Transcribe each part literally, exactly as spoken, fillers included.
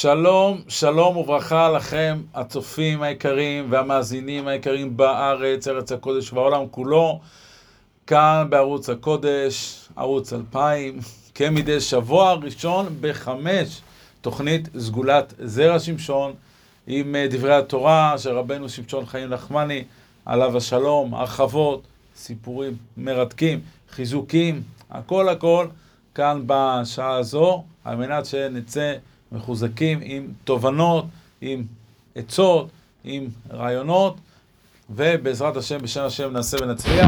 שלום, שלום וברכה לכם, הצופים היקרים והמאזינים היקרים בארץ, ארץ הקודש והעולם כולו, כאן בערוץ הקודש, ערוץ אלפיים, כמדי שבוע ראשון בחמש, תוכנית סגולת זרע שמשון, עם דברי התורה של רבנו שמשון חיים נחמני, עליו השלום, הרחבות, סיפורים מרתקים, חיזוקים, הכל הכל, כאן בשעה הזו, על מנת שנצא מחוזקים עם תובנות, עם עצות, עם רעיונות, ובעזרת השם, בשם השם נעשה ונצליח,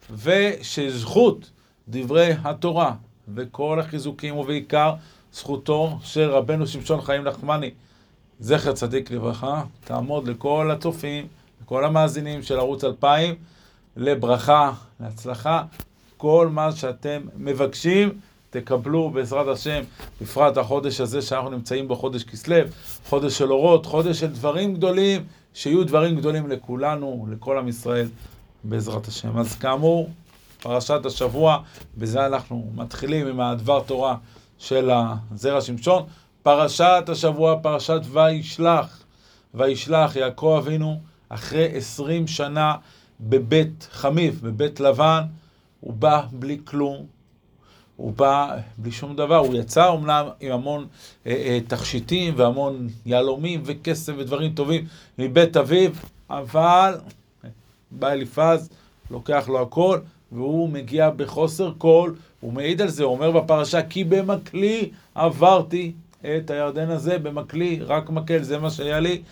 ושזכות דברי התורה וכל החיזוקים, ובעיקר זכותו של רבנו שמשון חיים נחמני, זכר צדיק לברכה, תעמוד לכל הצופים, לכל המאזינים של ערוץ אלפיים, לברכה, להצלחה, כל מה שאתם מבקשים, תקבלו בעזרת השם, בפרט החודש הזה שאנחנו נמצאים בו, חודש כסלו, חודש של אורות, חודש של דברים גדולים, שיהיו דברים גדולים לכולנו, לכל עם ישראל, בעזרת השם. אז כאמור, פרשת השבוע, בזה אנחנו מתחילים עם הדבר תורה של הזרע שמשון. פרשת השבוע, פרשת וישלח, וישלח יעקב אבינו, אחרי עשרים שנה בבית חמיב, בבית לבן, הוא בא בלי כלום, הוא בא בלי שום דבר, הוא יצא אומנם עם המון אה, אה, תכשיטים והמון יהלומים וכסף ודברים טובים מבית אביו, אבל בא אליפז, לוקח לו הכל, והוא מגיע בחוסר כל, הוא מעיד על זה, הוא אומר בפרשה, כי במקלי עברתי את הירדן הזה, במקלי, רק מקל, זה מה שהיה לי,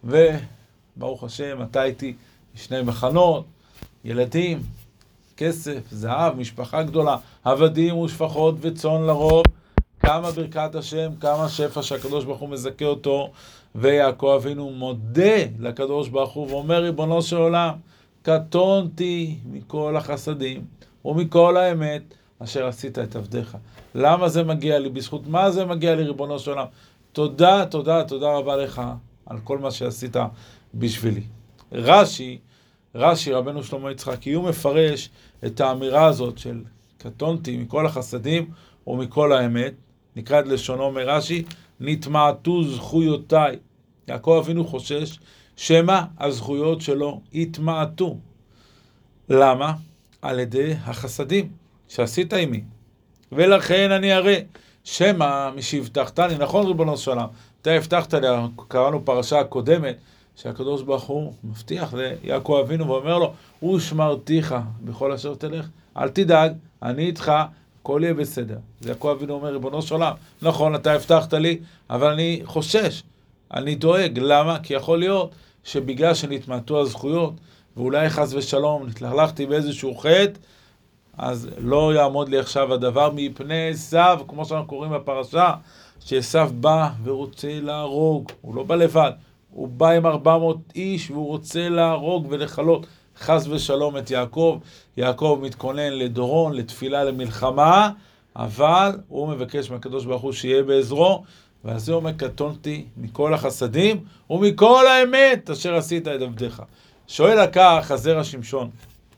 וברוך השם, אתה הייתי שני מחנות, ילדים, כסף, זהב, משפחה גדולה, עבדים ושפחות וצאן לרוב, כמה ברכת השם, כמה שפע שהקדוש ברוך הוא מזכה אותו, ויעקב אבינו מודה לקדוש ברוך הוא ואומר, ריבונו של עולם, קטונתי מכל החסדים ומכל האמת אשר עשית את עבדיך. למה זה מגיע לי? בזכות מה זה מגיע לי, ריבונו של עולם? תודה, תודה, תודה רבה לך על כל מה שעשית בשבילי. רש"י, רש"י, רבנו שלמה יצחק, הוא מפרש את האמירה הזאת של קטונתי מכל החסדים ומכל האמת, נקרא את לשונו מרש"י, נתמעטו זכויותיי. יעקב אבינו חושש שמה הזכויות שלו התמעטו. למה? על ידי החסדים שעשית עימי. ולכן אני אראה שמה משהבטחתני, נכון ריבונו של עולם, אתה הבטחת לי, קראנו פרשה הקודמת, שהקדוש ברוך הוא מבטיח ליעקב אבינו ואומר לו, ושמרתיך בכל אשר תלך, אל תדאג, אני איתך, הכל יהיה בסדר. זה יעקב אבינו אומר, ריבונו של עולם, נכון, אתה הבטחת לי, אבל אני חושש, אני דואג. למה? כי יכול להיות שבגלל שנתמעטו הזכויות, ואולי חס ושלום נתלכלכתי באיזשהו חטא, אז לא יעמוד לי עכשיו הדבר מפני עשיו, כמו שאנחנו קוראים בפרשה, שעשיו בא ורוצה להרוג, הוא לא בא לבד, הוא בא עם ארבע מאות איש והוא רוצה להרוג ולחלות חס ושלום את יעקב. יעקב מתכונן לדורון, לתפילה, למלחמה, אבל הוא מבקש מהקדוש ברוך הוא שיהיה בעזרו, ועל זה אומר קטונתי מכל החסדים ומכל האמת אשר עשית את עבדיך. שואל הכך הזרע שמשון,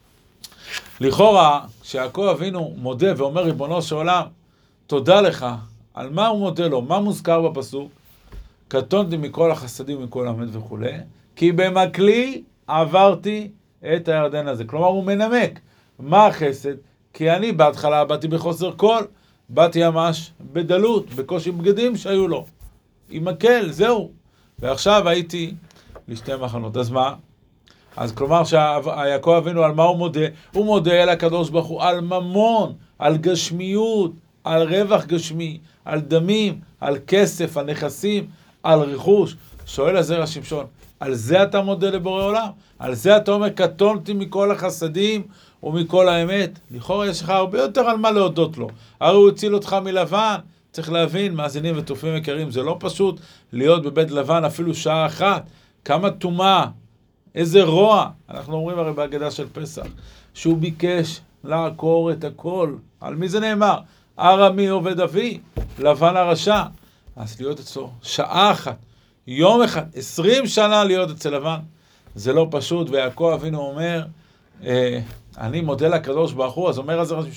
לכאורה שיעקב אבינו מודה ואומר ריבונו של עולם תודה לך, על מה הוא מודה לו? מה מוזכר בפסוק? קטונתי מכל החסדים ומכל האמת וכו', כי במקלי עברתי את הירדן הזה. כלומר הוא מנמק מה החסד? כי אני בהתחלה באתי בחוסר כל, באתי ממש בדלות, בקושי בגדים שהיו לו, עם מקל, זהו, ועכשיו הייתי לשתי מחנות. אז מה? אז כלומר שיעקב אבינו על מה הוא מודה? הוא מודה אל הקדוש ברוך הוא על ממון, על גשמיות, על רווח גשמי, על דמים, על כסף, על נכסים, על רכוש. שואל הזרע שמשון, על זה אתה מודה לבורא עולם? על זה אתה אומר קטונתי מכל החסדים ומכל האמת? לכאורה יש לך הרבה יותר על מה להודות לו, הרי הוא הציל אותך מלבן. צריך להבין, מאזינים וטופים יקרים, זה לא פשוט להיות בבית לבן אפילו שעה אחת. כמה טומאה, איזה רוע. אנחנו אומרים הרי בהגדה של פסח שהוא ביקש לעקור את הכל. על מי זה נאמר? ארמי עובד אבי, לבן הרשע. אז להיות אצלו שעה אחת, יום אחד, עשרים שנה להיות אצל לבן, זה לא פשוט. ויעקב אבינו אומר, אה, אני מודה לקדוש ברוך הוא, אז אומר הזרע שמשון,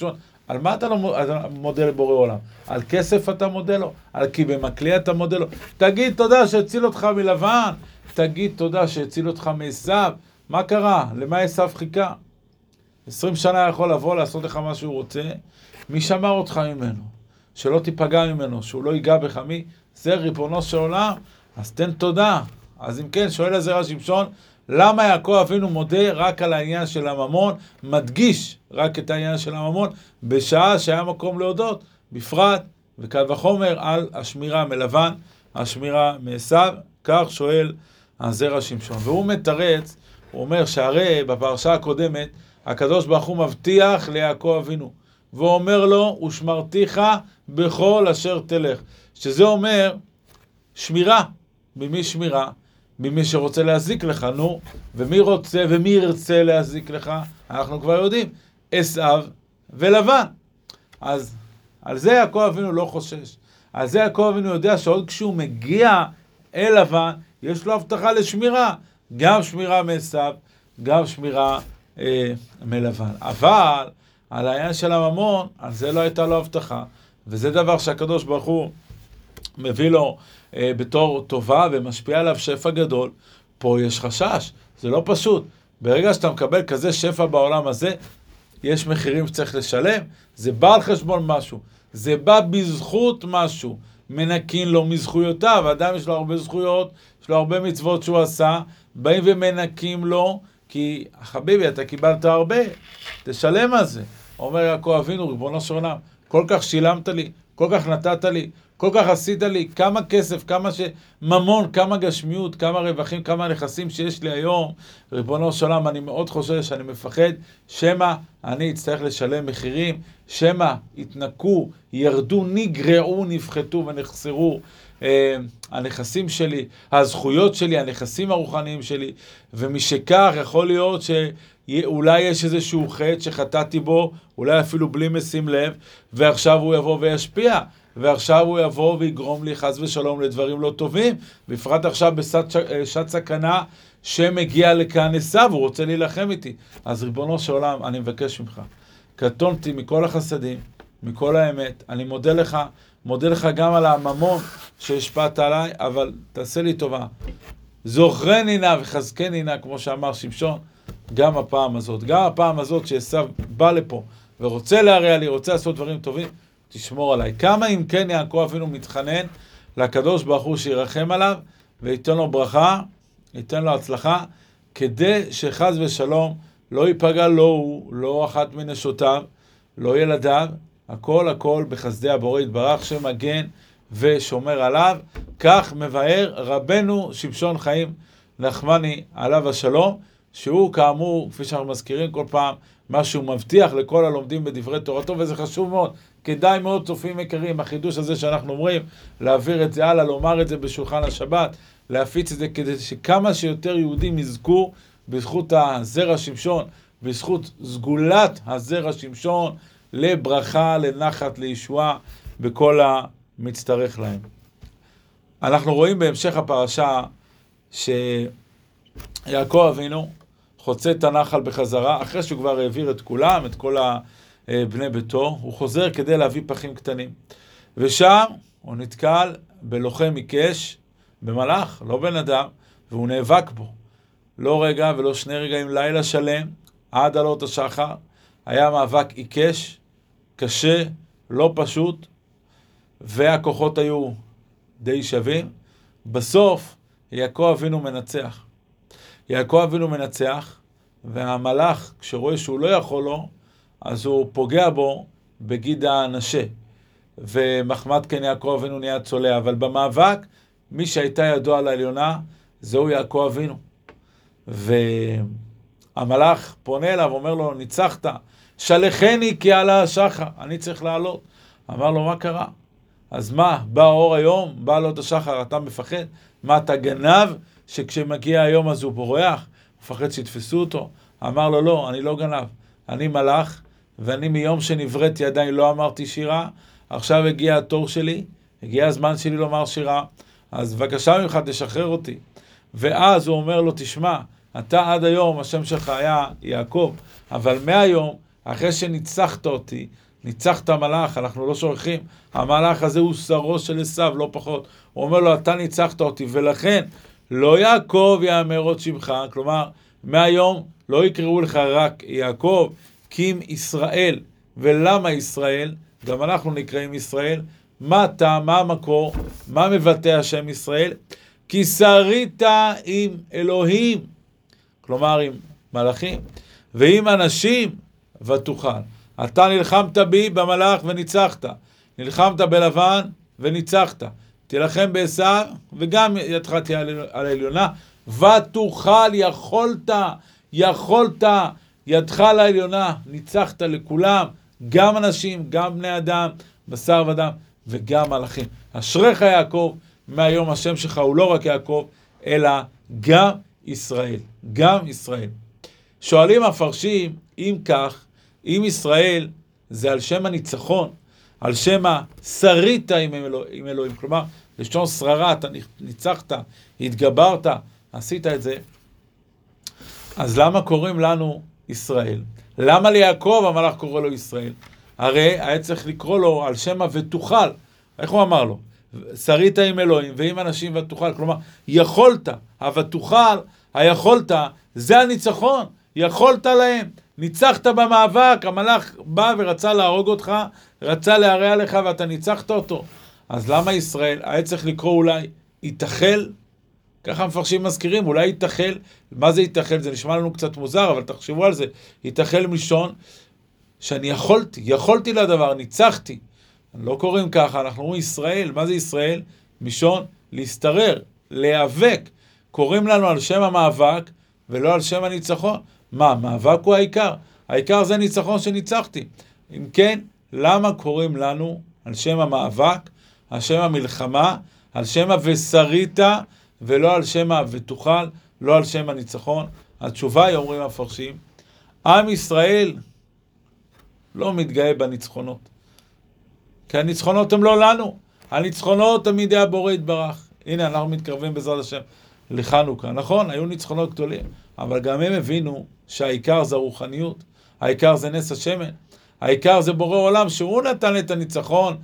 על מה אתה לא מודה לבורא עולם? על כסף אתה מודה לו? על כי במקלי אתה מודה לו? תגיד תודה שהציל אותך מלבן, תגיד תודה שהציל אותך מעשיו. מה קרה? למה עשיו חיכה? עשרים שנה יכול לבוא לעשות לך מה שהוא רוצה, מי שמר אותך ממנו? שלא תיפגע ממנו, שהוא לא ייגע בך, מי? זה ריבונו של עולם, אז תן תודה. אז אם כן, שואל הזרע שמשון, למה יעקב אבינו מודה רק על העניין של הממון, מדגיש רק את העניין של הממון, בשעה שהיה מקום להודות, בפרט וקל וחומר על השמירה מלבן, השמירה מעשיו, כך שואל הזרע שמשון. והוא מתרץ, הוא אומר שהרי בפרשה הקודמת, הקדוש ברוך הוא מבטיח ליעקב אבינו, ואומר לו, ושמרתיך בכל אשר תלך. שזה אומר, שמירה. ממי שמירה? ממי שרוצה להזיק לך, נו. ומי רוצה ומי ירצה להזיק לך? אנחנו כבר יודעים. עשיו ולבן. אז על זה יעקב אבינו לא חושש. על זה יעקב אבינו יודע שעוד כשהוא מגיע אל לבן, יש לו הבטחה לשמירה. גם שמירה מעשיו, גם שמירה אה, מלבן. אבל על העניין של הממון, על זה לא הייתה לו הבטחה. וזה דבר שהקדוש ברוך הוא מביא לו אה, בתור טובה ומשפיע עליו שפע גדול. פה יש חשש, זה לא פשוט. ברגע שאתה מקבל כזה שפע בעולם הזה, יש מחירים שצריך לשלם, זה בא על חשבון משהו, זה בא בזכות משהו, מנקין לו מזכויותיו, האדם יש לו הרבה זכויות, יש לו הרבה מצוות שהוא עשה, באים ומנקים לו, כי חביבי, אתה קיבלת הרבה, תשלם על זה. אומר יעקב אבינו, ריבונו של עולם, כל כך שילמת לי, כל כך נתת לי, כל כך עשית לי, כמה כסף, כמה ממון, כמה גשמיות, כמה רווחים, כמה נכסים שיש לי היום. ריבונו של עולם, אני מאוד חושש, אני מפחד, שמה אני אצטרך לשלם מחירים, שמה התנקו, ירדו, נגרעו, נפחתו ונחסרו אה, הנכסים שלי, הזכויות שלי, הנכסים הרוחניים שלי, ומשכך יכול להיות שאולי יש איזשהו חטא שחטאתי בו, אולי אפילו בלי משים לב, ועכשיו הוא יבוא וישפיע. ועכשיו הוא יבוא ויגרום לי חס ושלום לדברים לא טובים, בפרט עכשיו בשעת סכנה שמגיע לכאן עשיו, הוא רוצה להילחם איתי. אז ריבונו של עולם, אני מבקש ממך, קטונתי מכל החסדים, מכל האמת, אני מודה לך, מודה לך גם על הממון שהשפעת עליי, אבל תעשה לי טובה. זוכרני נא וחזקני נא, כמו שאמר שמשון, גם הפעם הזאת, גם הפעם הזאת שעשיו בא לפה ורוצה להרע לי, רוצה לעשות דברים טובים, תשמור עליי. כמה אם כן יעקב אבינו מתחנן לקדוש ברוך הוא שירחם עליו וייתן לו ברכה, ייתן לו הצלחה, כדי שחס ושלום לא ייפגע לא הוא, לא אחת מנשותיו, לא ילדיו, הכל הכל בחסדי הבורא יתברך שמגן ושומר עליו. כך מבאר רבנו שמשון חיים נחמני עליו השלום, שהוא כאמור, כפי שאנחנו מזכירים כל פעם, מה שהוא מבטיח לכל הלומדים בדברי תורתו, וזה חשוב מאוד. כדאי מאוד, צופים יקרים, החידוש הזה שאנחנו אומרים, להעביר את זה הלאה, לומר את זה בשולחן השבת, להפיץ את זה כדי שכמה שיותר יהודים יזכו בזכות הזרע שמשון, בזכות סגולת הזרע שמשון, לברכה, לנחת, לישועה, בכל המצטרך להם. אנחנו רואים בהמשך הפרשה שיעקב אבינו חוצה את הנחל בחזרה, אחרי שהוא כבר העביר את כולם, את כל בני ביתו, הוא חוזר כדי להביא פחים קטנים. ושם הוא נתקל בלוחם עיקש, במלאך, לא בן אדם, והוא נאבק בו. לא רגע ולא שני רגעים, לילה שלם, עד עלות השחר, היה מאבק עיקש, קשה, לא פשוט, והכוחות היו די שווים. בסוף יעקב אבינו מנצח. יעקב אבינו מנצח, והמלאך, כשרואה שהוא לא יכול לו, אז הוא פוגע בו בגיד הנשה. ומחמד כן יעקב אבינו נהיה צולע. אבל במאבק, מי שהייתה ידו על העליונה, זהו יעקב אבינו. והמלאך פונה אליו, אומר לו, ניצחת, שלחני כי עלה השחר, אני צריך לעלות. אמר לו, מה קרה? אז מה, בא אור היום, בא עלות השחר, אתה מפחד? מה, אתה גנב שכשמגיע היום אז הוא בורח? מפחד שיתפסו אותו? אמר לו, לא, אני לא גנב, אני מלאך, ואני מיום שנבראתי עדיין לא אמרתי שירה, עכשיו הגיע התור שלי, הגיע הזמן שלי לומר שירה, אז בבקשה ממך תשחרר אותי. ואז הוא אומר לו, תשמע, אתה עד היום, השם שלך היה יעקב, אבל מהיום, אחרי שניצחת אותי, ניצחת מלאך, אנחנו לא שוכחים. המלאך הזה הוא שרו של עשיו, לא פחות. הוא אומר לו, אתה ניצחת אותי, ולכן לא יעקב יאמר עוד שמך, כלומר, מהיום לא יקראו לך רק יעקב, כי אם ישראל. ולמה ישראל? גם אנחנו נקראים ישראל. מה אתה, מה המקור, מה מבטא השם ישראל? כי שרית עם אלוהים, כלומר עם מלאכים, ועם אנשים ותוכל. אתה נלחמת בי במלאך וניצחת, נלחמת בלבן וניצחת, תלחם בעשיו וגם ידך תהיה על העליונה, ותוכל, יכולת, יכולת, ידך על העליונה, ניצחת לכולם, גם אנשים, גם בני אדם, בשר ודם, וגם מלאכים. אשריך יעקב, מהיום השם שלך הוא לא רק יעקב, אלא גם ישראל, גם ישראל. שואלים המפרשים, אם כך, אם ישראל זה על שם הניצחון, על שם השרית עם, אלוה, עם אלוהים, כלומר, לשון שררה, אתה ניצחת, התגברת, עשית את זה, אז למה קוראים לנו ישראל? למה ליעקב המלאך קורא לו ישראל? הרי היה צריך לקרוא לו על שם ותוכל. איך הוא אמר לו? שרית עם אלוהים ועם אנשים ותוכל. כלומר, יכולת, הוותוכל, היכולת, זה הניצחון. יכולת להם. ניצחת במאבק, המלאך בא ורצה להרוג אותך, רצה להרע לך ואתה ניצחת אותו. אז למה ישראל? היה צריך לקרוא אולי יתאחל? ככה המפרשים מזכירים, אולי יתאחל. מה זה יתאחל? זה נשמע לנו קצת מוזר, אבל תחשבו על זה. יתאחל מלשון שאני יכולתי, יכולתי לדבר, ניצחתי. לא קוראים ככה, אנחנו אומרים ישראל. מה זה ישראל? משון להסתרר, להיאבק. קוראים לנו על שם המאבק ולא על שם הניצחון. מה, מאבק הוא העיקר? העיקר זה ניצחון שניצחתי. אם כן, למה קוראים לנו על שם המאבק, על שם המלחמה, על שם ושרית, ולא על שם ותוכל, לא על שם הניצחון? התשובה היא, אומרים המפרשים, עם ישראל לא מתגאה בניצחונות. כי הניצחונות הם לא לנו. הניצחונות תמיד היה בורא יתברך. הנה, אנחנו מתקרבים בעזרת השם לחנוכה. נכון, היו ניצחונות גדולים, אבל גם הם הבינו שהעיקר זה הרוחניות, העיקר זה נס השמן, העיקר זה בורא עולם, שהוא נתן את הניצחון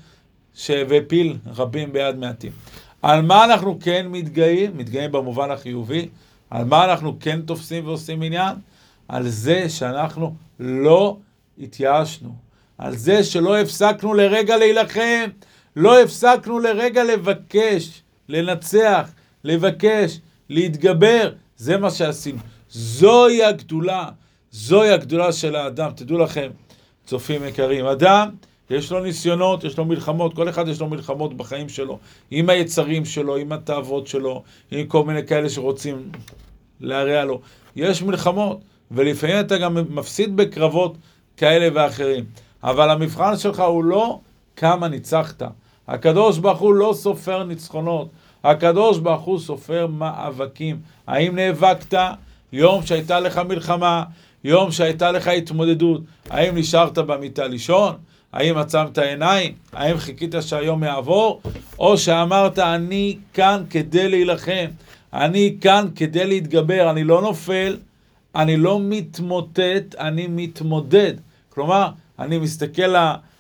והפיל רבים ביד מעטים. על מה אנחנו כן מתגאים? מתגאים במובן החיובי. על מה אנחנו כן תופסים ועושים עניין? על זה שאנחנו לא התייאשנו. על זה שלא הפסקנו לרגע להילחם, לא הפסקנו לרגע לבקש, לנצח, לבקש, להתגבר. זה מה שעשינו. זוהי הגדולה, זוהי הגדולה של האדם. תדעו לכם, צופים יקרים, אדם, יש לו ניסיונות, יש לו מלחמות, כל אחד יש לו מלחמות בחיים שלו, עם היצרים שלו, עם התאוות שלו, עם כל מיני כאלה שרוצים להרע לו. יש מלחמות, ולפעמים אתה גם מפסיד בקרבות כאלה ואחרים. אבל המבחן שלך הוא לא כמה ניצחת. הקדוש ברוך הוא לא סופר ניצחונות. הקדוש ברוך הוא סופר מאבקים. האם נאבקת יום שהייתה לך מלחמה, יום שהייתה לך התמודדות? האם נשארת במיטה לישון? האם עצמת עיניים? האם חיכית שהיום יעבור? או שאמרת, אני כאן כדי להילחם, אני כאן כדי להתגבר, אני לא נופל, אני לא מתמוטט, אני מתמודד. כלומר, אני מסתכל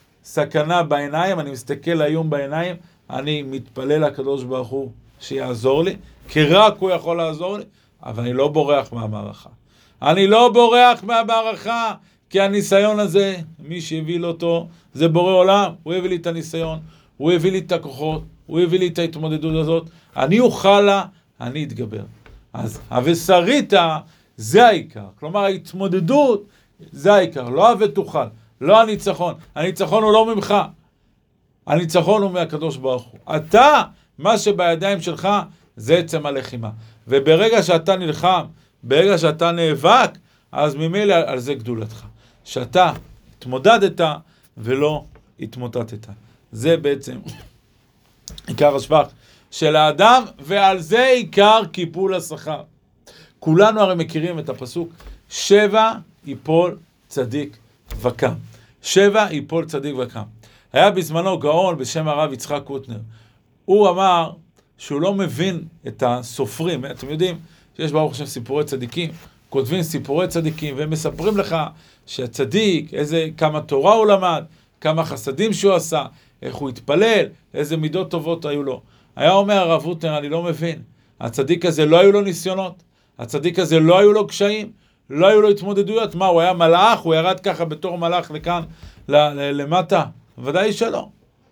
לסכנה בעיניים, אני מסתכל לאיום בעיניים, אני מתפלל לקדוש ברוך הוא שיעזור לי, כי רק הוא יכול לעזור לי, אבל אני לא בורח מהמערכה. אני לא בורח מהמערכה, כי הניסיון הזה, מי שהביא לו אותו, זה בורא עולם. הוא הביא לי את הניסיון, הוא הביא לי את הכוחות, הוא הביא לי את ההתמודדות הזאת. אני אוכל לה, אני אתגבר. אז הוושרית זה העיקר. כלומר, ההתמודדות זה העיקר. לא הוותוכל, לא הניצחון. הניצחון הוא לא ממך. הניצחון הוא מהקדוש ברוך הוא. אתה, מה שבידיים שלך, זה עצם הלחימה. וברגע שאתה נלחם, ברגע שאתה נאבק, אז ממילא על זה גדולתך. שאתה התמודדת ולא התמוטטת. זה בעצם עיקר השבח של האדם, ועל זה עיקר קיפול השכר. כולנו הרי מכירים את הפסוק, שבע יפול צדיק וקם. שבע יפול צדיק וקם. היה בזמנו גאון בשם הרב יצחק קוטנר. הוא אמר שהוא לא מבין את הסופרים. אתם יודעים שיש ברוך השם סיפורי צדיקים, כותבים סיפורי צדיקים, והם מספרים לך שהצדיק, איזה, כמה תורה הוא למד, כמה חסדים שהוא עשה, איך הוא התפלל, איזה מידות טובות היו לו. היה אומר הרב הוטנר, אני לא מבין, הצדיק הזה לא היו לו ניסיונות, הצדיק הזה לא היו לו קשיים, לא היו לו התמודדויות. מה, הוא היה מלאך? הוא ירד ככה בתור מלאך לכאן, למטה? ודאי שלא.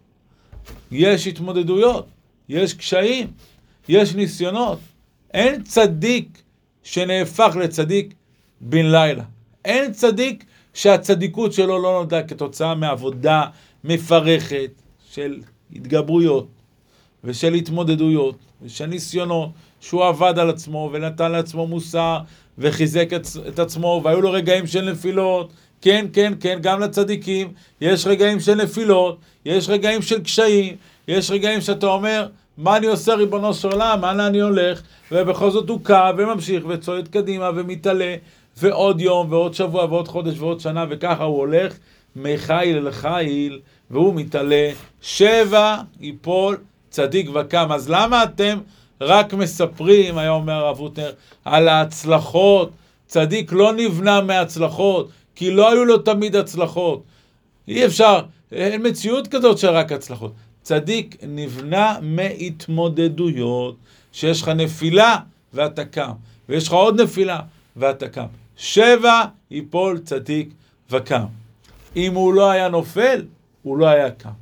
יש התמודדויות, יש קשיים, יש ניסיונות. אין צדיק שנהפך לצדיק בן לילה. אין צדיק שהצדיקות שלו לא נולדה כתוצאה מעבודה מפרכת של התגברויות ושל התמודדויות ושל ניסיונות, שהוא עבד על עצמו ונתן לעצמו מוסר וחיזק את, את עצמו, והיו לו רגעים של נפילות. כן, כן, כן, גם לצדיקים יש רגעים של נפילות, יש רגעים של קשיים, יש רגעים שאתה אומר, מה אני עושה ריבונו של עולם, מה אני הולך, ובכל זאת הוא קע וממשיך וצועד קדימה ומתעלה, ועוד יום ועוד שבוע ועוד חודש ועוד שנה, וככה הוא הולך מחיל אל חיל, והוא מתעלה. שבע יפול צדיק וקם. אז למה אתם רק מספרים, היה אומר הרב הוטנר, על ההצלחות? צדיק לא נבנה מהצלחות, כי לא היו לו תמיד הצלחות. אי אפשר, אין מציאות כזאת שרק הצלחות. צדיק נבנה מהתמודדויות, שיש לך נפילה ואתה קם, ויש לך עוד נפילה ואתה קם. שבע יפול צדיק וקם. אם הוא לא היה נופל, הוא לא היה קם.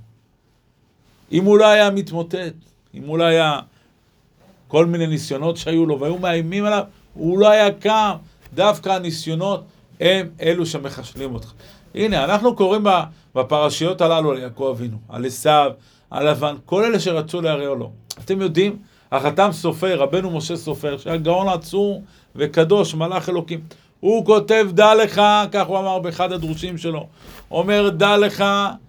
אם הוא לא היה מתמוטט, אם הוא לא היה כל מיני ניסיונות שהיו לו והיו מאיימים עליו, הוא לא היה קם. דווקא הניסיונות הם אלו שמחשלים אותך. הנה, אנחנו קוראים בפרשיות הללו על יעקב אבינו, על עשיו, על לבן, כל אלה שרצו להרעו לו. אתם יודעים, החתם סופר, רבנו משה סופר, שהיה גאון עצום וקדוש, מלאך אלוקים, הוא כותב, דע לך, כך הוא אמר באחד הדרושים שלו, אומר, דע לך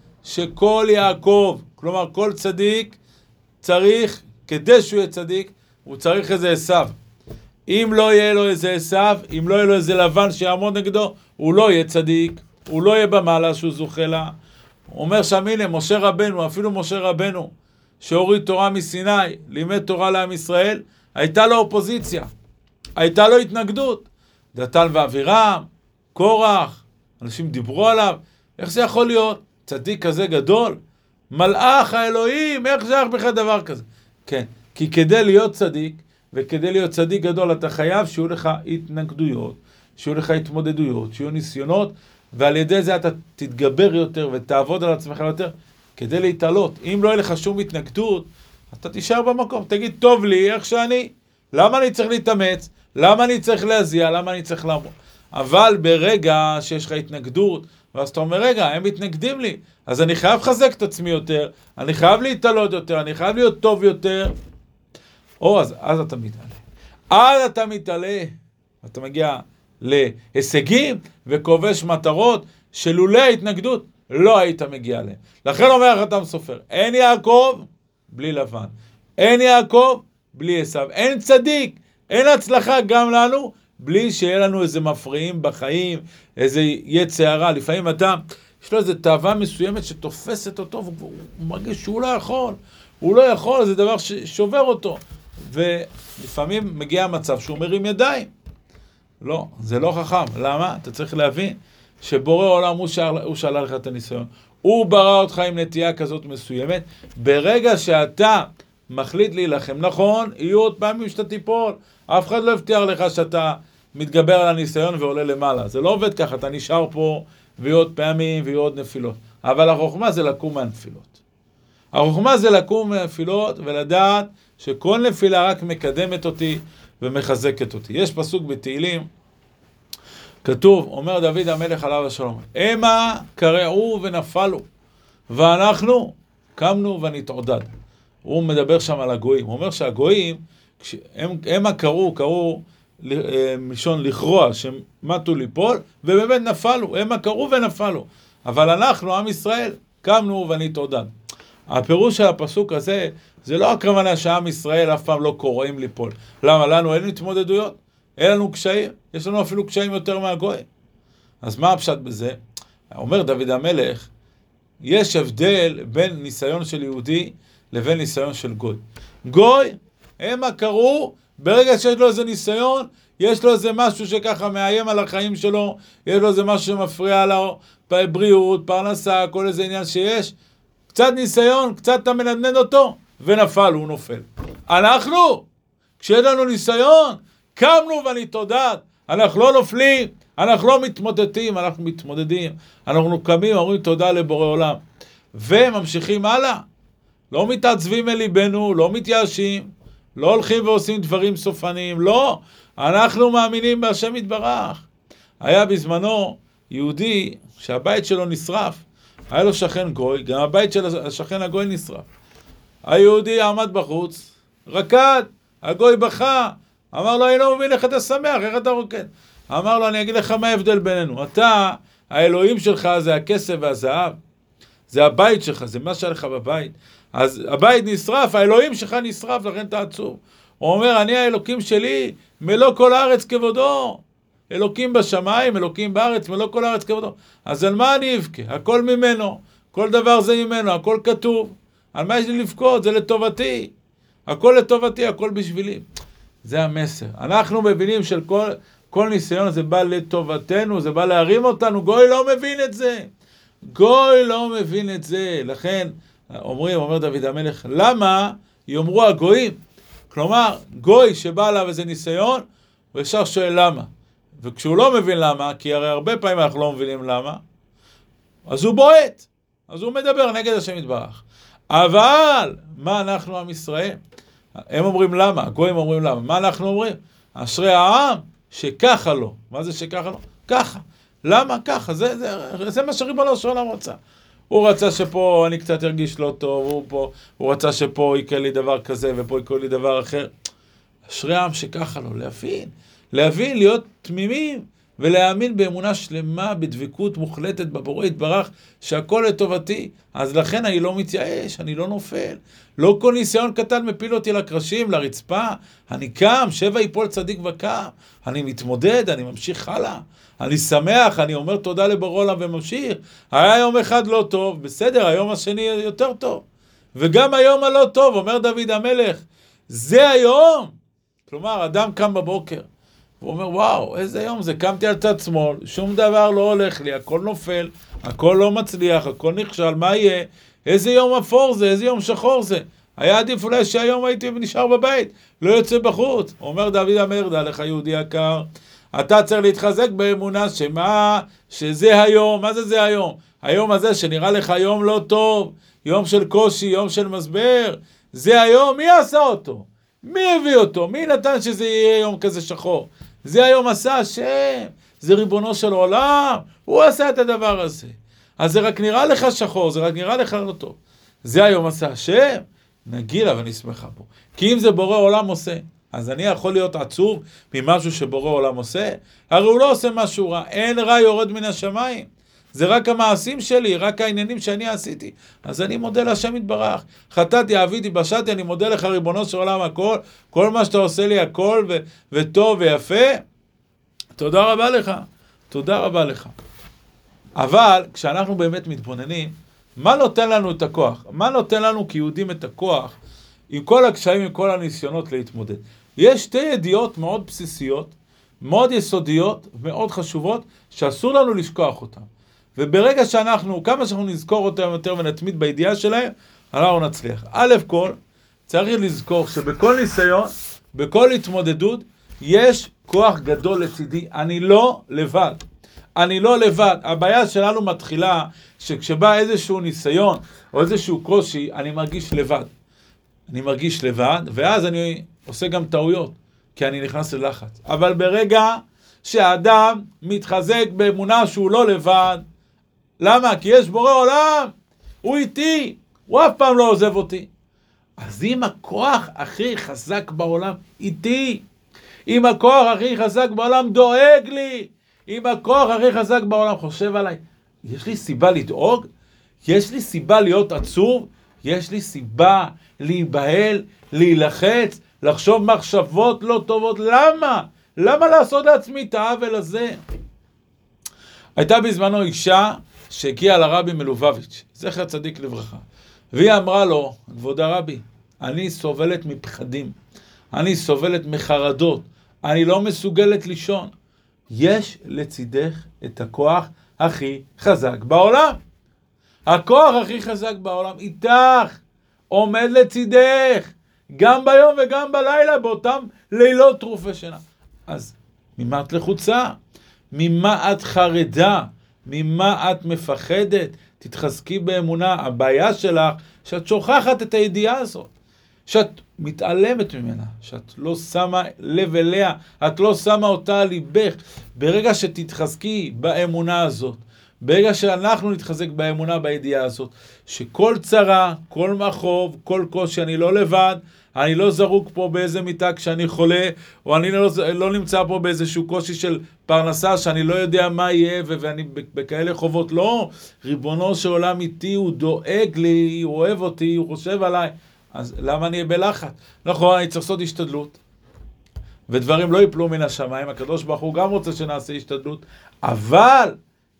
שכל יעקב, כלומר כל צדיק, צריך, כדי שהוא יהיה צדיק, הוא צריך איזה עשיו. אם לא יהיה לו איזה עשיו, אם לא יהיה לו איזה לבן שיעמוד נגדו, הוא לא יהיה צדיק, הוא לא יהיה במעלה שהוא זוכה לה. הוא אומר שם, הנה, משה רבנו, אפילו משה רבנו, שהוריד תורה מסיני, לימד תורה לעם ישראל, הייתה לו אופוזיציה, הייתה לו התנגדות. דתן ואבירם, קורח, אנשים דיברו עליו, איך זה יכול להיות? צדיק כזה גדול, מלאך האלוהים, איך זה בכלל דבר כזה? כן, כי כדי להיות צדיק, וכדי להיות צדיק גדול, אתה חייב שיהיו לך התנגדויות, שיהיו לך התמודדויות, שיהיו ניסיונות, ועל ידי זה אתה תתגבר יותר ותעבוד על עצמך יותר, כדי להתעלות. אם לא יהיה לך שום התנגדות, אתה תישאר במקום, תגיד, טוב לי איך שאני, למה אני צריך להתאמץ, למה אני צריך להזיע, למה אני צריך לעמוד. אבל ברגע שיש לך התנגדות, ואז אתה אומר, רגע, הם מתנגדים לי, אז אני חייב לחזק את עצמי יותר, אני חייב להתעלות יותר, אני חייב להיות טוב יותר, או אז, אז אתה מתעלה. אז אתה מתעלה, אתה מגיע להישגים וכובש מטרות שלולא ההתנגדות לא היית מגיע להם. לכן אומר החתם סופר, אין יעקב בלי לבן, אין יעקב בלי עשיו, אין צדיק, אין הצלחה גם לנו, בלי שיהיה לנו איזה מפריעים בחיים, איזה יצר הרע. לפעמים אדם, יש לו איזו תאווה מסוימת שתופסת אותו, והוא מרגיש שהוא לא יכול, הוא לא יכול, זה דבר ששובר אותו. ולפעמים מגיע המצב שהוא מרים ידיים. לא, זה לא חכם. למה? אתה צריך להבין שבורא עולם הוא שאל, הוא שאלה לך את הניסיון. הוא ברא אותך עם נטייה כזאת מסוימת. ברגע שאתה מחליט להילחם, נכון, יהיו עוד פעמים שאתה תיפול. אף אחד לא הבטיח לך שאתה מתגבר על הניסיון ועולה למעלה. זה לא עובד ככה, אתה נשאר פה ויהיו עוד פעמים ויהיו עוד נפילות. אבל החוכמה זה לקום מהנפילות. החוכמה זה לקום מהנפילות ולדעת שכל נפילה רק מקדמת אותי ומחזקת אותי. יש פסוק בתהילים, כתוב, אומר דוד המלך עליו השלום, המה קרעו ונפלו, ואנחנו קמנו ונתעודד. הוא מדבר שם על הגויים. הוא אומר שהגויים, הם, המה קראו, קראו מלשון לכרוע, שמתו ליפול, ובאמת נפלו. המה קראו ונפלו. אבל אנחנו, עם ישראל, קמנו ונתעודד. הפירוש של הפסוק הזה, זה לא הכוונה שעם ישראל אף פעם לא קוראים ליפול. למה? לנו אין התמודדויות, אין לנו קשיים, יש לנו אפילו קשיים יותר מהגוי. אז מה הפשט בזה? אומר דוד המלך, יש הבדל בין ניסיון של יהודי לבין ניסיון של גוי. גוי, הם קראו, ברגע שיש לו איזה ניסיון, יש לו איזה משהו שככה מאיים על החיים שלו, יש לו איזה משהו שמפריע לו, בריאות, פרנסה, כל איזה עניין שיש, קצת ניסיון, קצת אתה מנדנד אותו, ונפל, הוא נופל. אנחנו, כשיש לנו ניסיון, קמנו ואני תודעת, אנחנו לא נופלים, אנחנו לא מתמודדים, אנחנו מתמודדים, אנחנו קמים, אומרים תודה לבורא עולם, וממשיכים הלאה, לא מתעצבים אל ליבנו, לא מתייאשים, לא הולכים ועושים דברים סופניים, לא, אנחנו מאמינים בהשם יתברך. היה בזמנו יהודי שהבית שלו נשרף, היה לו שכן גוי, גם הבית של השכן הגוי נשרף. היהודי עמד בחוץ, רקד, הגוי בכה, אמר לו, אני לא מבין איך אתה שמח, איך אתה רוקד? אמר לו, אני אגיד לך מה ההבדל בינינו, אתה, האלוהים שלך זה הכסף והזהב, זה הבית שלך, זה מה שלך בבית, אז הבית נשרף, האלוהים שלך נשרף, לכן אתה עצוב. הוא אומר, אני האלוקים שלי, מלוא כל הארץ כבודו, אלוקים בשמיים, אלוקים בארץ, מלוא כל הארץ כבודו. אז על מה אני אבכה? הכל ממנו, כל דבר זה ממנו, הכל כתוב. על מה יש לי לבכות? זה לטובתי. הכל לטובתי, הכל בשבילי. זה המסר. אנחנו מבינים של כל, כל ניסיון זה בא לטובתנו, זה בא להרים אותנו. גוי לא מבין את זה. גוי לא מבין את זה. לכן, אומרים, אומר דוד המלך, למה יאמרו הגויים? כלומר, גוי שבא עליו איזה ניסיון, הוא ישר שואל למה. וכשהוא לא מבין למה, כי הרי הרבה פעמים אנחנו לא מבינים למה, אז הוא בועט. אז הוא מדבר נגד השם יתברך. אבל, מה אנחנו עם ישראל? הם אומרים למה, הגויים אומרים למה. מה אנחנו אומרים? אשרי העם שככה לו. מה זה שככה לו? ככה. למה? ככה. זה, זה, זה מה שריבונו של עולם רצה. הוא רצה שפה אני קצת ארגיש לא טוב, הוא, פה, הוא רצה שפה יקרה לי דבר כזה ופה יקרה לי דבר אחר. אשרי העם שככה לו, להבין. להבין, להיות תמימים, ולהאמין באמונה שלמה, בדבקות מוחלטת בבורא יתברך, שהכל לטובתי. אז לכן אני לא מתייאש, אני לא נופל. לא כל ניסיון קטן מפיל אותי לקרשים, לרצפה. אני קם, שבע יפול צדיק וקם. אני מתמודד, אני ממשיך הלאה. אני שמח, אני אומר תודה לבורא עולם וממשיך. היה יום אחד לא טוב, בסדר, היום השני יותר טוב. וגם היום הלא טוב, אומר דוד המלך, זה היום. כלומר, אדם קם בבוקר. הוא אומר, וואו, איזה יום זה, קמתי על צד שמאל, שום דבר לא הולך לי, הכל נופל, הכל לא מצליח, הכל נכשל, מה יהיה? איזה יום אפור זה, איזה יום שחור זה? היה עדיף אולי שהיום הייתי נשאר בבית, לא יוצא בחוץ. אומר דוד המלך, דע לך יהודי יקר, אתה צריך להתחזק באמונה שמה, שזה היום, מה זה זה היום? היום הזה שנראה לך יום לא טוב, יום של קושי, יום של מסבר, זה היום, מי עשה אותו? מי הביא אותו? מי נתן שזה יהיה יום כזה שחור? זה היום עשה השם, זה ריבונו של עולם, הוא עשה את הדבר הזה. אז זה רק נראה לך שחור, זה רק נראה לך לא טוב. זה היום עשה השם, נגילה ונשמחה בו. כי אם זה בורא עולם עושה, אז אני יכול להיות עצוב ממשהו שבורא עולם עושה, הרי הוא לא עושה משהו רע, אין רע יורד מן השמיים. זה רק המעשים שלי, רק העניינים שאני עשיתי. אז אני מודה להשם יתברך. חטאתי, עביתי, בשעתי, אני מודה לך ריבונו של עולם הכל, כל מה שאתה עושה לי הכל ו- וטוב ויפה. תודה רבה לך. תודה רבה לך. אבל כשאנחנו באמת מתבוננים, מה נותן לנו את הכוח? מה נותן לנו כיהודים את הכוח עם כל הקשיים, עם כל הניסיונות להתמודד? יש שתי ידיעות מאוד בסיסיות, מאוד יסודיות, מאוד חשובות, שאסור לנו לשכוח אותן. וברגע שאנחנו, כמה שאנחנו נזכור אותם יותר ונתמיד בידיעה שלהם, אנחנו נצליח. א' כל, צריך לזכור שבכל ניסיון, בכל התמודדות, יש כוח גדול לצידי. אני לא לבד. אני לא לבד. הבעיה שלנו מתחילה שכשבא איזשהו ניסיון או איזשהו קושי, אני מרגיש לבד. אני מרגיש לבד, ואז אני עושה גם טעויות, כי אני נכנס ללחץ. אבל ברגע שהאדם מתחזק באמונה שהוא לא לבד, למה? כי יש בורא עולם, הוא איתי, הוא אף פעם לא עוזב אותי. אז אם הכוח הכי חזק בעולם איתי, אם הכוח הכי חזק בעולם דואג לי, אם הכוח הכי חזק בעולם חושב עליי, יש לי סיבה לדאוג? יש לי סיבה להיות עצוב? יש לי סיבה להיבהל, להילחץ, לחשוב מחשבות לא טובות? למה? למה לעשות לעצמי את העוול הזה? הייתה בזמנו אישה שהגיעה לרבי מלובביץ', זכר צדיק לברכה, והיא אמרה לו, כבוד הרבי, אני סובלת מפחדים, אני סובלת מחרדות, אני לא מסוגלת לישון. יש לצידך את הכוח הכי חזק בעולם. הכוח הכי חזק בעולם איתך, עומד לצידך, גם ביום וגם בלילה, באותם לילות טרופי שינה. אז ממה את לחוצה? ממה את חרדה? ממה את מפחדת? תתחזקי באמונה. הבעיה שלך שאת שוכחת את הידיעה הזאת, שאת מתעלמת ממנה, שאת לא שמה לב אליה, את לא שמה אותה על ליבך. ברגע שתתחזקי באמונה הזאת, ברגע שאנחנו נתחזק באמונה בידיעה הזאת, שכל צרה, כל מחוב, כל קושי, אני לא לבד, אני לא זרוק פה באיזה מיטה כשאני חולה, או אני לא, לא נמצא פה באיזשהו קושי של פרנסה שאני לא יודע מה יהיה, ואני בכאלה חובות. לא, ריבונו של עולם איתי, הוא דואג לי, הוא אוהב אותי, הוא חושב עליי. אז למה אני אהיה בלחץ? נכון, אני צריך לעשות השתדלות, ודברים לא ייפלו מן השמיים. הקדוש ברוך הוא גם רוצה שנעשה השתדלות, אבל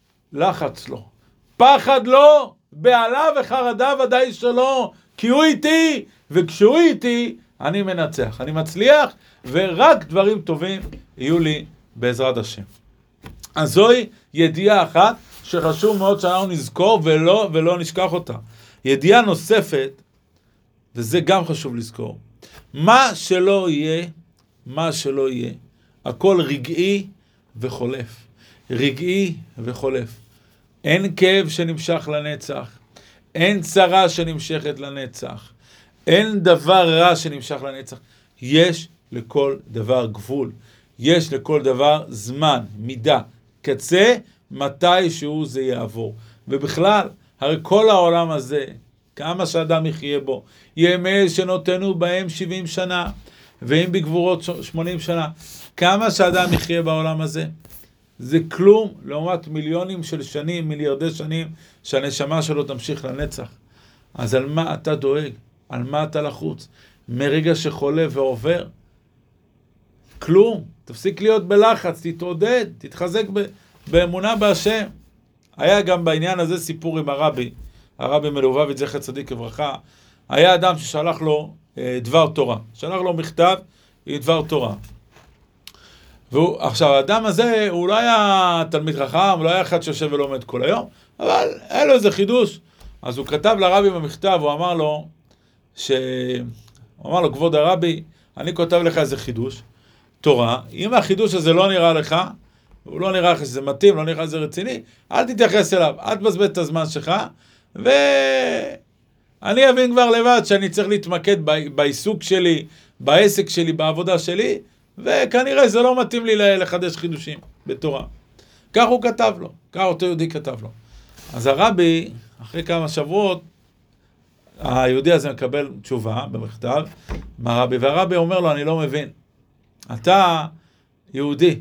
לחץ לא, פחד לא, בעלה וחרדה ודאי שלא, כי הוא איתי, וכשהוא איתי אני מנצח, אני מצליח, ורק דברים טובים יהיו לי בעזרת השם. אז זוהי ידיעה אחת שחשוב מאוד שאנחנו נזכור ולא, ולא נשכח אותה. ידיעה נוספת, וזה גם חשוב לזכור, מה שלא יהיה, מה שלא יהיה, הכל רגעי וחולף. רגעי וחולף. אין כאב שנמשך לנצח, אין צרה שנמשכת לנצח, אין דבר רע שנמשך לנצח. יש לכל דבר גבול, יש לכל דבר זמן, מידה, קצה, מתי שהוא זה יעבור. ובכלל, הרי כל העולם הזה, כמה שאדם יחיה בו, ימי שנותנו בהם שבעים שנה, ואם בגבורות שמונים שנה, כמה שאדם יחיה בעולם הזה, זה כלום לעומת מיליונים של שנים, מיליארדי שנים, שהנשמה שלו תמשיך לנצח. אז על מה אתה דואג? על מה אתה לחוץ? מרגע שחולה ועובר, כלום. תפסיק להיות בלחץ, תתעודד, תתחזק ב- באמונה בהשם. היה גם בעניין הזה סיפור עם הרבי, הרבי מלובביץ' זכר צדיק לברכה. היה אדם ששלח לו אה, דבר תורה, שלח לו מכתב עם דבר תורה. והוא, עכשיו, האדם הזה, הוא לא היה תלמיד חכם, הוא לא היה אחד שיושב ולומד כל היום, אבל היה לו איזה חידוש. אז הוא כתב לרבי במכתב, הוא אמר לו, ש... הוא אמר לו, כבוד הרבי, אני כותב לך איזה חידוש, תורה, אם החידוש הזה לא נראה לך, הוא לא נראה לך שזה מתאים, לא נראה לך שזה רציני, אל תתייחס אליו, אל תבזבז את הזמן שלך, ואני אבין כבר לבד שאני צריך להתמקד בעיסוק שלי, בעסק שלי, בעבודה שלי, וכנראה זה לא מתאים לי לחדש חידושים בתורה. כך הוא כתב לו, כך אותו יהודי כתב לו. אז הרבי, אחרי כמה שבועות, היהודי הזה מקבל תשובה במכתב מהרבי, והרבי אומר לו, אני לא מבין. אתה יהודי,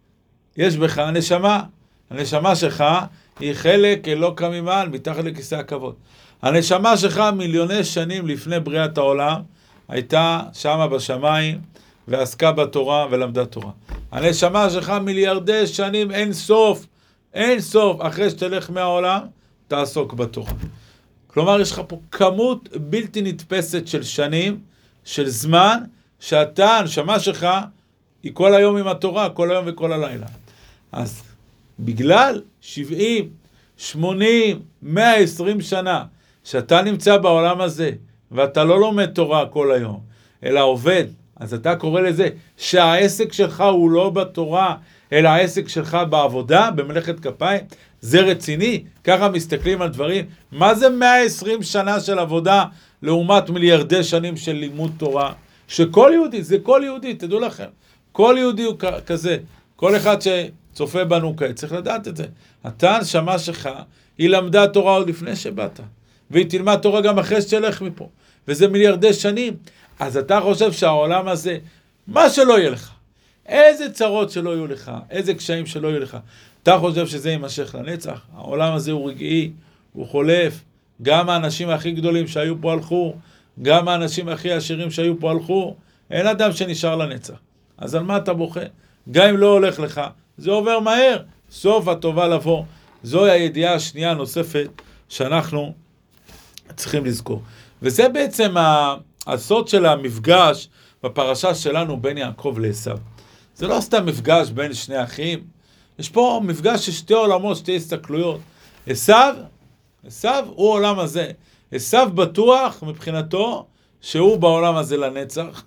יש בך נשמה, הנשמה שלך היא חלק אלוקא ממעל, מתחת לכיסא הכבוד. הנשמה שלך מיליוני שנים לפני בריאת העולם, הייתה שמה בשמיים, ועסקה בתורה ולמדה תורה. הנשמה שלך מיליארדי שנים, אין סוף, אין סוף, אחרי שתלך מהעולם, תעסוק בתורה. כלומר, יש לך פה כמות בלתי נתפסת של שנים, של זמן, שאתה, הנשמה שלך, היא כל היום עם התורה, כל היום וכל הלילה. אז בגלל שבעים, שמונים, מאה ועשרים שנה, שאתה נמצא בעולם הזה, ואתה לא לומד תורה כל היום, אלא עובד, אז אתה קורא לזה שהעסק שלך הוא לא בתורה, אלא העסק שלך בעבודה, במלאכת כפיים. זה רציני? ככה מסתכלים על דברים. מה זה מאה ועשרים שנה של עבודה לעומת מיליארדי שנים של לימוד תורה? שכל יהודי, זה כל יהודי, תדעו לכם. כל יהודי הוא כזה. כל אחד שצופה בנו כעת, צריך לדעת את זה. אתה, הנשמה שלך, היא למדה תורה עוד לפני שבאת. והיא תלמד תורה גם אחרי שתלך מפה. וזה מיליארדי שנים. אז אתה חושב שהעולם הזה, מה שלא יהיה לך, איזה צרות שלא יהיו לך, איזה קשיים שלא יהיו לך, אתה חושב שזה יימשך לנצח? העולם הזה הוא רגעי, הוא חולף. גם האנשים הכי גדולים שהיו פה הלכו, גם האנשים הכי עשירים שהיו פה הלכו, אין אדם שנשאר לנצח. אז על מה אתה בוכה? גם אם לא הולך לך, זה עובר מהר, סוף הטובה לבוא. זוהי הידיעה השנייה הנוספת שאנחנו צריכים לזכור. וזה בעצם הסוד של המפגש בפרשה שלנו בין יעקב לעשו. זה לא סתם מפגש בין שני אחים, יש פה מפגש של שתי עולמות, שתי הסתכלויות. עשיו, עשיו הוא עולם הזה. עשיו בטוח מבחינתו שהוא בעולם הזה לנצח.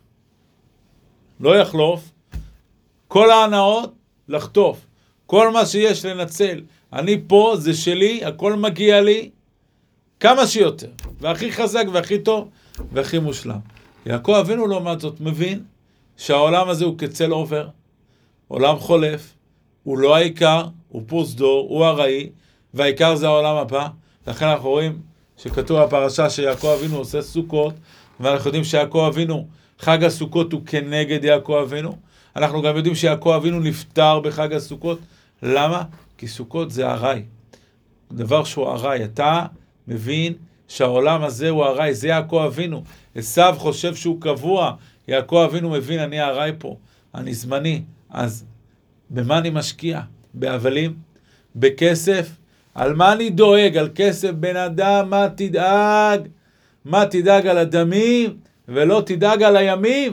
לא יחלוף. כל ההנאות לחטוף. כל מה שיש לנצל. אני פה, זה שלי, הכל מגיע לי. כמה שיותר. והכי חזק והכי טוב והכי מושלם. יעקב אבינו לעומת זאת מבין שהעולם הזה הוא כצל עובר. עולם חולף. הוא לא העיקר, הוא פרוזדור, הוא הראי, והעיקר זה העולם הבא. לכן אנחנו רואים שכתוב בפרשה שיעקב אבינו עושה סוכות, ואנחנו יודעים שיעקב אבינו, חג הסוכות הוא כנגד יעקב אבינו. אנחנו גם יודעים שיעקב אבינו נפטר בחג הסוכות. למה? כי סוכות זה הראי. דבר שהוא הראי. אתה מבין שהעולם הזה הוא הראי, זה יעקב אבינו. עשיו חושב שהוא קבוע, יעקב אבינו מבין, אני הראי פה, אני זמני. אז במה אני משקיע? בהבלים? בכסף? על מה אני דואג? על כסף בן אדם? מה תדאג? מה תדאג על הדמים? ולא תדאג על הימים?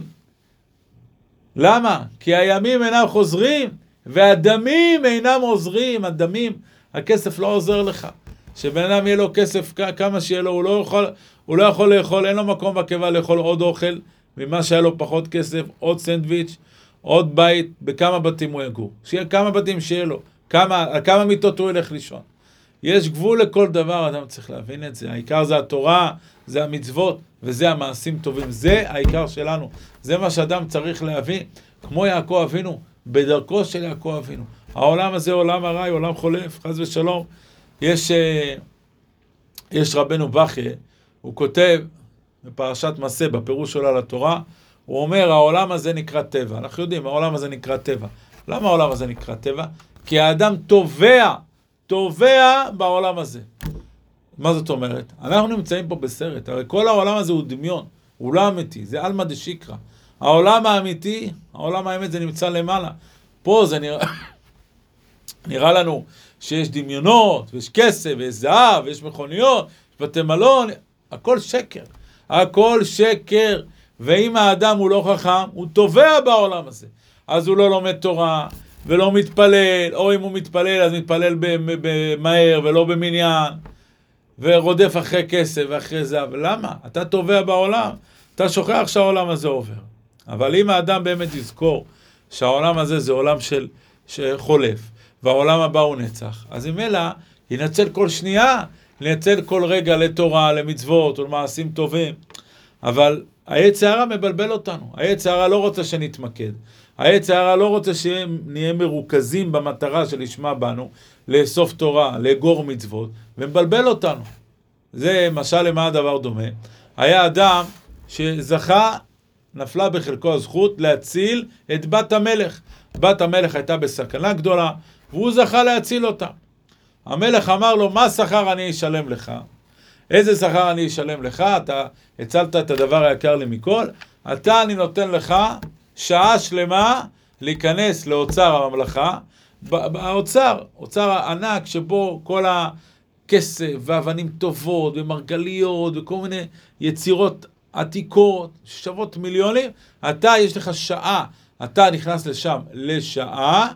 למה? כי הימים אינם חוזרים, והדמים אינם עוזרים. הדמים, הכסף לא עוזר לך. שבן אדם יהיה לו כסף כמה שיהיה לו, הוא לא יכול, הוא לא יכול לאכול, אין לו מקום בקיבה לאכול עוד אוכל, ממה שהיה לו פחות כסף, עוד סנדוויץ', עוד בית, בכמה בתים הוא יגור. שיהיה כמה בתים שיהיה לו, כמה, על כמה מיטות הוא ילך לישון. יש גבול לכל דבר, אדם צריך להבין את זה. העיקר זה התורה, זה המצוות, וזה המעשים טובים. זה העיקר שלנו. זה מה שאדם צריך להבין. כמו יעקב אבינו, בדרכו של יעקב אבינו. העולם הזה עולם הראי, עולם חולף, חס ושלום. יש, יש רבנו בכיה, הוא כותב בפרשת מסע, בפירוש שלו על התורה, הוא אומר, העולם הזה נקרא טבע. אנחנו יודעים, העולם הזה נקרא טבע. למה העולם הזה נקרא טבע? כי האדם תובע, תובע בעולם הזה. מה זאת אומרת? אנחנו נמצאים פה בסרט, הרי כל העולם הזה הוא דמיון, הוא לא אמיתי, זה אלמא דשיקרא. העולם האמיתי, העולם האמת זה נמצא למעלה. פה זה נראה, נראה לנו שיש דמיונות, ויש כסף, ויש זהב, ויש מכוניות, יש בתי מלון, הכל שקר. הכל שקר. ואם האדם הוא לא חכם, הוא תובע בעולם הזה. אז הוא לא לומד תורה, ולא מתפלל, או אם הוא מתפלל, אז מתפלל במהר, ולא במניין, ורודף אחרי כסף ואחרי זהב. למה? אתה תובע בעולם, אתה שוכח שהעולם הזה עובר. אבל אם האדם באמת יזכור שהעולם הזה זה עולם של, שחולף, והעולם הבא הוא נצח, אז אם אלא ינצל כל שנייה, ינצל כל רגע לתורה, למצוות, ולמעשים טובים. אבל היצר הרע מבלבל אותנו. היצר הרע לא רוצה שנתמקד. היצר הרע לא רוצה שנהיה מרוכזים במטרה שלשמה בנו, לאסוף תורה, לאגור מצוות, ומבלבל אותנו. זה משל למה הדבר דומה. היה אדם שזכה, נפלה בחלקו הזכות להציל את בת המלך. בת המלך הייתה בסכנה גדולה, והוא זכה להציל אותה. המלך אמר לו, מה שכר אני אשלם לך? איזה שכר אני אשלם לך? אתה הצלת את הדבר היקר לי מכל. אתה אני נותן לך שעה שלמה להיכנס לאוצר הממלכה. האוצר, אוצר הענק שבו כל הכסף ואבנים טובות ומרגליות וכל מיני יצירות עתיקות שוות מיליונים. אתה יש לך שעה, אתה נכנס לשם לשעה,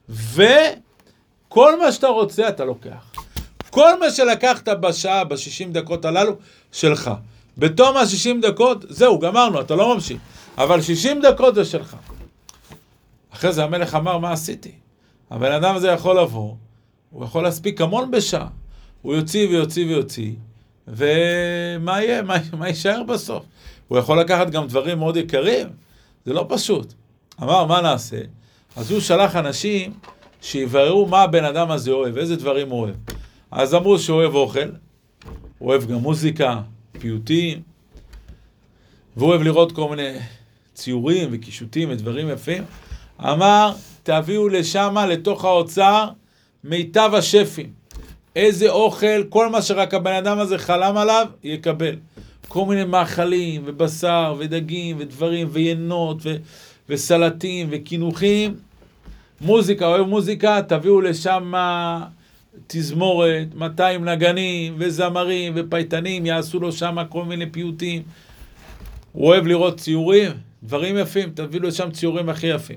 וכל מה שאתה רוצה אתה לוקח. כל מה שלקחת בשעה, בשישים דקות הללו, שלך. בתום ה-שישים דקות, זהו, גמרנו, אתה לא ממשיך. אבל שישים דקות זה שלך. אחרי זה המלך אמר, מה עשיתי? הבן אדם הזה יכול לבוא, הוא יכול להספיק המון בשעה. הוא יוציא ויוציא ויוציא, ומה יהיה? מה, מה יישאר בסוף? הוא יכול לקחת גם דברים מאוד יקרים. זה לא פשוט. אמר, מה נעשה? אז הוא שלח אנשים שיבררו מה הבן אדם הזה אוהב, איזה דברים הוא אוהב. אז אמרו שהוא אוהב אוכל, הוא אוהב גם מוזיקה, פיוטים, והוא אוהב לראות כל מיני ציורים וקישוטים ודברים יפים. אמר, תביאו לשם, לתוך האוצר, מיטב השפים. איזה אוכל, כל מה שרק הבן אדם הזה חלם עליו, יקבל. כל מיני מאכלים ובשר ודגים ודברים וינות ו- וסלטים וכינוחים. מוזיקה, אוהב מוזיקה, תביאו לשם תזמורת, מאתיים נגנים וזמרים ופייטנים, יעשו לו שם כל מיני פיוטים. הוא אוהב לראות ציורים, דברים יפים, תביאו לשם ציורים הכי יפים.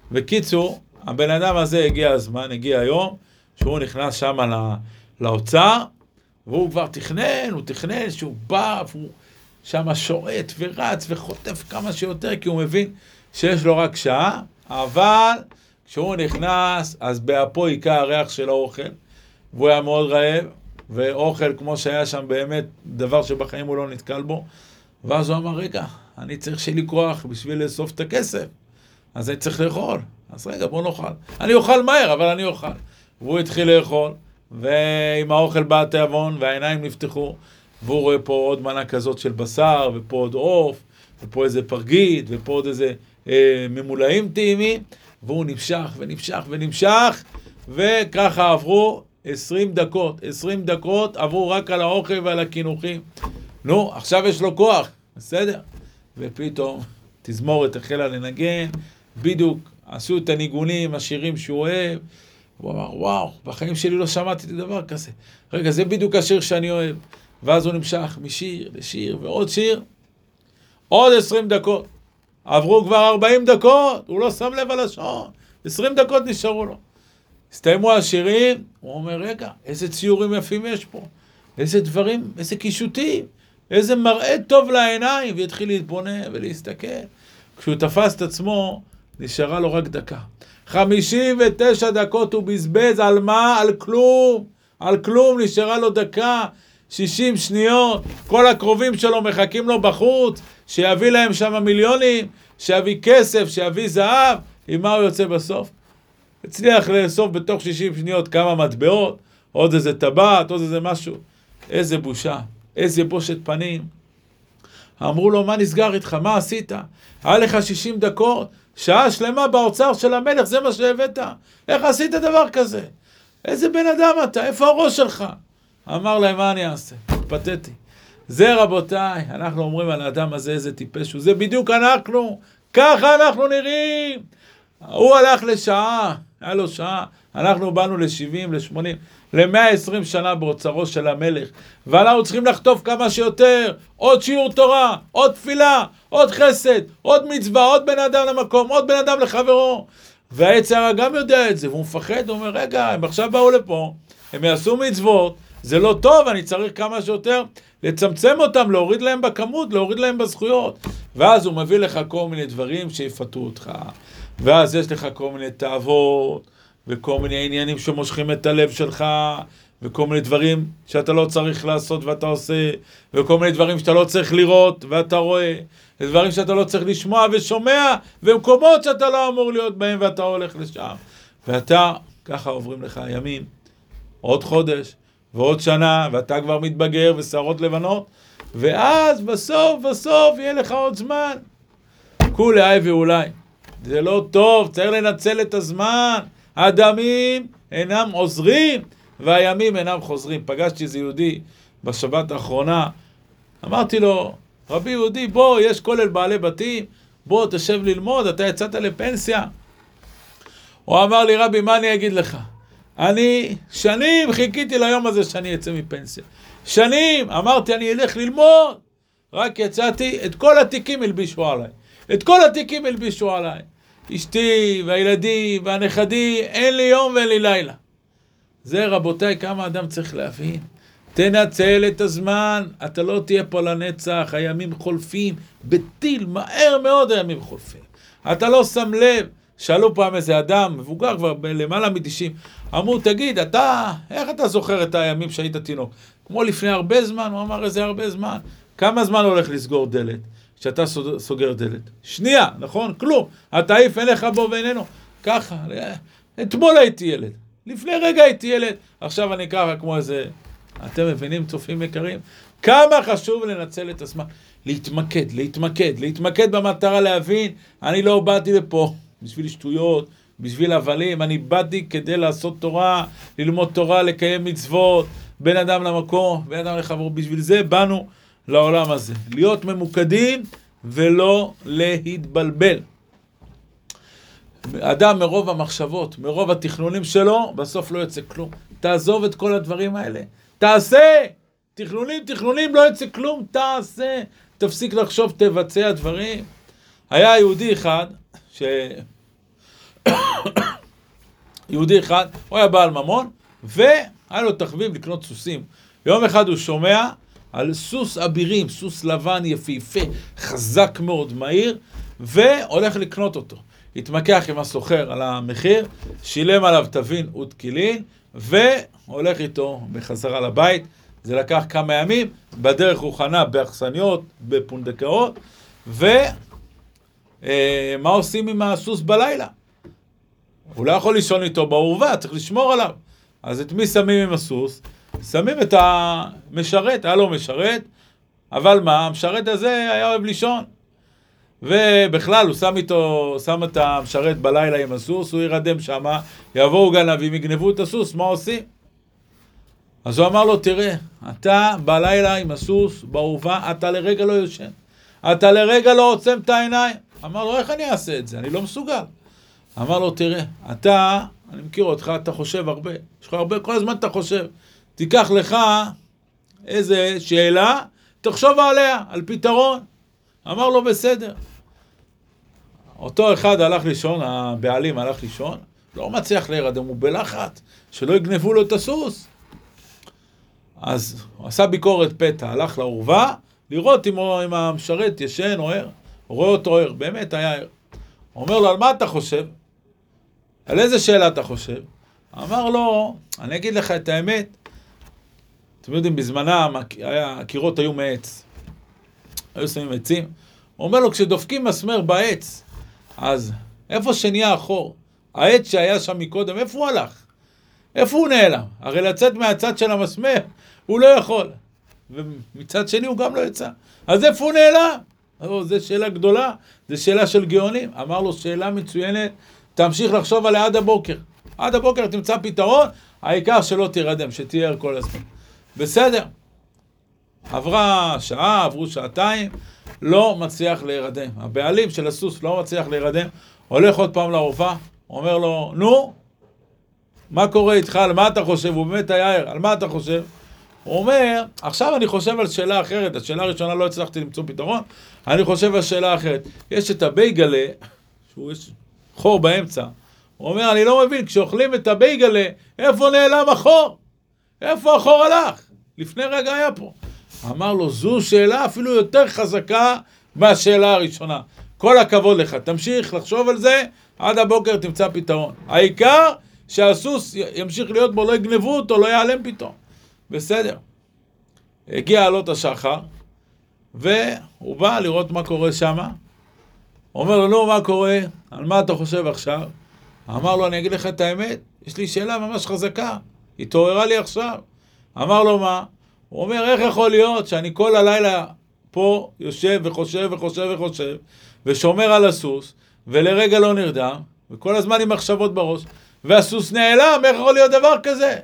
וקיצור, הבן אדם הזה הגיע הזמן, הגיע היום, שהוא נכנס שם לאוצר, והוא כבר תכנן, הוא תכנן שהוא בא, והוא שם שועט ורץ וחוטף כמה שיותר, כי הוא מבין שיש לו רק שעה, אבל כשהוא נכנס, אז באפו עיקר הריח של האוכל, והוא היה מאוד רעב, ואוכל כמו שהיה שם באמת דבר שבחיים הוא לא נתקל בו, ואז הוא אמר, רגע, אני צריך שיהיה לי כוח בשביל לאסוף את הכסף, אז אני צריך לאכול, אז רגע, בוא נאכל. אני אוכל מהר, אבל אני אוכל. והוא התחיל לאכול, ועם האוכל בא התיאבון, והעיניים נפתחו, והוא רואה פה עוד מנה כזאת של בשר, ופה עוד עוף, ופה איזה פרגית, ופה עוד איזה אה, ממולאים טעימים, והוא נמשך ונמשך ונמשך, וככה עברו עשרים דקות, עשרים דקות עברו רק על האוכל ועל הכינוחים. נו, עכשיו יש לו כוח, בסדר? ופתאום תזמורת החלה לנגן, בדיוק עשו את הניגונים, השירים שהוא אוהב, הוא אמר, וואו, בחיים שלי לא שמעתי דבר כזה. רגע, זה בדיוק השיר שאני אוהב. ואז הוא נמשך משיר לשיר ועוד שיר. עוד עשרים דקות. עברו כבר ארבעים דקות, הוא לא שם לב על השעון. עשרים דקות נשארו לו. הסתיימו השירים, הוא אומר, רגע, איזה ציורים יפים יש פה. איזה דברים, איזה קישוטים. איזה מראה טוב לעיניים. והתחיל להתבונן ולהסתכל. כשהוא תפס את עצמו, נשארה לו רק דקה. חמישים ותשע דקות הוא בזבז, על מה? על כלום. על כלום, נשארה לו דקה. שישים שניות, כל הקרובים שלו מחכים לו בחוץ, שיביא להם שם מיליונים, שיביא כסף, שיביא זהב. עם מה הוא יוצא בסוף? הצליח לאסוף בתוך שישים שניות כמה מטבעות, עוד איזה טבעת, עוד איזה משהו. איזה בושה, איזה בושת פנים. אמרו לו, מה נסגר איתך? מה עשית? היה לך שישים דקות, שעה שלמה באוצר של המלך, זה מה שהבאת. איך עשית דבר כזה? איזה בן אדם אתה? איפה הראש שלך? אמר להם, מה אני אעשה? פתטי. זה רבותיי, אנחנו אומרים על האדם הזה איזה טיפש הוא. זה בדיוק אנחנו. ככה אנחנו נראים. הוא הלך לשעה, היה לו שעה. אנחנו באנו ל-שבעים, ל-שמונים, ל-מאה ועשרים שנה באוצרו של המלך. ואנחנו צריכים לחטוף כמה שיותר. עוד שיעור תורה, עוד תפילה, עוד חסד, עוד מצווה, עוד בן אדם למקום, עוד בן אדם לחברו. והיצר גם יודע את זה, והוא מפחד, הוא אומר, רגע, הם עכשיו באו לפה, הם יעשו מצוות, זה לא טוב, אני צריך כמה שיותר לצמצם אותם, להוריד להם בכמות, להוריד להם בזכויות. ואז הוא מביא לך כל מיני דברים שיפתו אותך. ואז יש לך כל מיני תאוות, וכל מיני עניינים שמושכים את הלב שלך, וכל מיני דברים שאתה לא צריך לעשות ואתה עושה, וכל מיני דברים שאתה לא צריך לראות ואתה רואה, ודברים שאתה לא צריך לשמוע ושומע, ומקומות שאתה לא אמור להיות בהם ואתה הולך לשם. ואתה, ככה עוברים לך הימים, עוד חודש, ועוד שנה, ואתה כבר מתבגר ושערות לבנות, ואז בסוף בסוף יהיה לך עוד זמן. כולי היי ואולי. זה לא טוב, צריך לנצל את הזמן. הדמים אינם עוזרים, והימים אינם חוזרים. פגשתי איזה יהודי בשבת האחרונה, אמרתי לו, רבי יהודי, בוא, יש כולל בעלי בתים, בוא, תשב ללמוד, אתה יצאת לפנסיה. הוא אמר לי, רבי, מה אני אגיד לך? אני שנים חיכיתי ליום הזה שאני אצא מפנסיה. שנים, אמרתי, אני אלך ללמוד. רק יצאתי, את כל התיקים הלבישו עליי. את כל התיקים הלבישו עליי. אשתי והילדים והנכדים, אין לי יום ואין לי לילה. זה רבותיי, כמה אדם צריך להבין. תנצל את הזמן, אתה לא תהיה פה לנצח, הימים חולפים, בטיל, מהר מאוד הימים חולפים. אתה לא שם לב, שאלו פעם איזה אדם, מבוגר כבר למעלה מ-תשעים, אמרו, תגיד, אתה, איך אתה זוכר את הימים שהיית תינוק? כמו לפני הרבה זמן, הוא אמר, איזה הרבה זמן. כמה זמן הולך לסגור דלת? כשאתה סוגר דלת. שנייה, נכון? כלום. אתה עיף, אין לך בו ואיננו. ככה, אתמול הייתי ילד. לפני רגע הייתי ילד. עכשיו אני ככה כמו איזה... אתם מבינים, צופים יקרים? כמה חשוב לנצל את הזמן. להתמקד, להתמקד, להתמקד במטרה להבין. אני לא באתי לפה בשביל שטויות, בשביל הבלים. אני באתי כדי לעשות תורה, ללמוד תורה, לקיים מצוות, בין אדם למקום, בין אדם לחברו. בשביל זה באנו לעולם הזה. להיות ממוקדים ולא להתבלבל. אדם מרוב המחשבות, מרוב התכנונים שלו, בסוף לא יוצא כלום. תעזוב את כל הדברים האלה. תעשה! תכנונים, תכנונים, לא יוצא כלום. תעשה! תפסיק לחשוב, תבצע דברים. היה יהודי אחד, ש... יהודי אחד, הוא היה בעל ממון, והיה לו תחביב לקנות סוסים. יום אחד הוא שומע על סוס אבירים, סוס לבן יפהפה, חזק מאוד, מהיר, והולך לקנות אותו. התמקח עם הסוחר על המחיר, שילם עליו תבין ותקילין, והולך איתו בחזרה לבית. זה לקח כמה ימים, בדרך הוא חנה באכסניות, בפונדקאות, ומה עושים עם הסוס בלילה? הוא לא יכול לישון איתו בעורבה, צריך לשמור עליו. אז את מי שמים עם הסוס? שמים את המשרת, היה לו משרת, אבל מה? המשרת הזה היה אוהב לישון. ובכלל הוא שם איתו, שם את המשרת בלילה עם הסוס, הוא ירדם שמה, יבואו גנבים, יגנבו את הסוס, מה עושים? אז הוא אמר לו, תראה, אתה בלילה עם הסוס, בעורבה, אתה לרגע לא יושן. אתה לרגע לא עוצם את העיניים. אמר לו, איך אני אעשה את זה? אני לא מסוגל. אמר לו, תראה, אתה, אני מכיר אותך, אתה חושב הרבה. יש לך הרבה, כל הזמן אתה חושב. תיקח לך איזה שאלה, תחשוב עליה, על פתרון. אמר לו, בסדר. אותו אחד הלך לישון, הבעלים הלך לישון, לא מצליח להירדם, הוא בלחץ, שלא יגנבו לו את הסוס. אז הוא עשה ביקורת פתע, הלך לעורבה, לראות אם, אם המשרת ישן או ער. הוא רואה אותו ער, באמת היה ער. הוא אומר לו, על מה אתה חושב? על איזה שאלה אתה חושב? אמר לו, אני אגיד לך את האמת, אתם יודעים, בזמנם הקירות היו מעץ. היו שמים עצים. הוא אומר לו, כשדופקים מסמר בעץ, אז איפה שנהיה החור? העץ שהיה שם מקודם, איפה הוא הלך? איפה הוא נעלם? הרי לצאת מהצד של המסמר, הוא לא יכול. ומצד שני הוא גם לא יצא. אז איפה הוא נעלם? זו שאלה גדולה, זו שאלה של גאונים. אמר לו, שאלה מצוינת, תמשיך לחשוב עליה עד הבוקר. עד הבוקר תמצא פתרון, העיקר שלא תירדם, שתהיה ער כל הזמן. בסדר. עברה שעה, עברו שעתיים, לא מצליח להירדם. הבעלים של הסוס לא מצליח להירדם, הולך עוד פעם לעורבה, אומר לו, נו, מה קורה איתך? על מה אתה חושב? הוא באמת היה ער, על מה אתה חושב? הוא אומר, עכשיו אני חושב על שאלה אחרת, השאלה הראשונה לא הצלחתי למצוא פתרון, אני חושב על שאלה אחרת. יש את הבייגלה, שהוא יש חור באמצע, הוא אומר, אני לא מבין, כשאוכלים את הבייגלה, איפה נעלם החור? איפה החור הלך? לפני רגע היה פה. אמר לו, זו שאלה אפילו יותר חזקה מהשאלה הראשונה. כל הכבוד לך, תמשיך לחשוב על זה, עד הבוקר תמצא פתרון. העיקר שהסוס ימשיך להיות בו, לא יגנבו אותו, לא יעלם פתאום. בסדר. הגיע עלות השחר, והוא בא לראות מה קורה שם. הוא אומר לו, נו, מה קורה? על מה אתה חושב עכשיו? אמר לו, אני אגיד לך את האמת, יש לי שאלה ממש חזקה, היא תעוררה לי עכשיו. אמר לו, מה? הוא אומר, איך יכול להיות שאני כל הלילה פה יושב וחושב וחושב וחושב, ושומר על הסוס, ולרגע לא נרדם, וכל הזמן עם מחשבות בראש, והסוס נעלם, איך יכול להיות דבר כזה?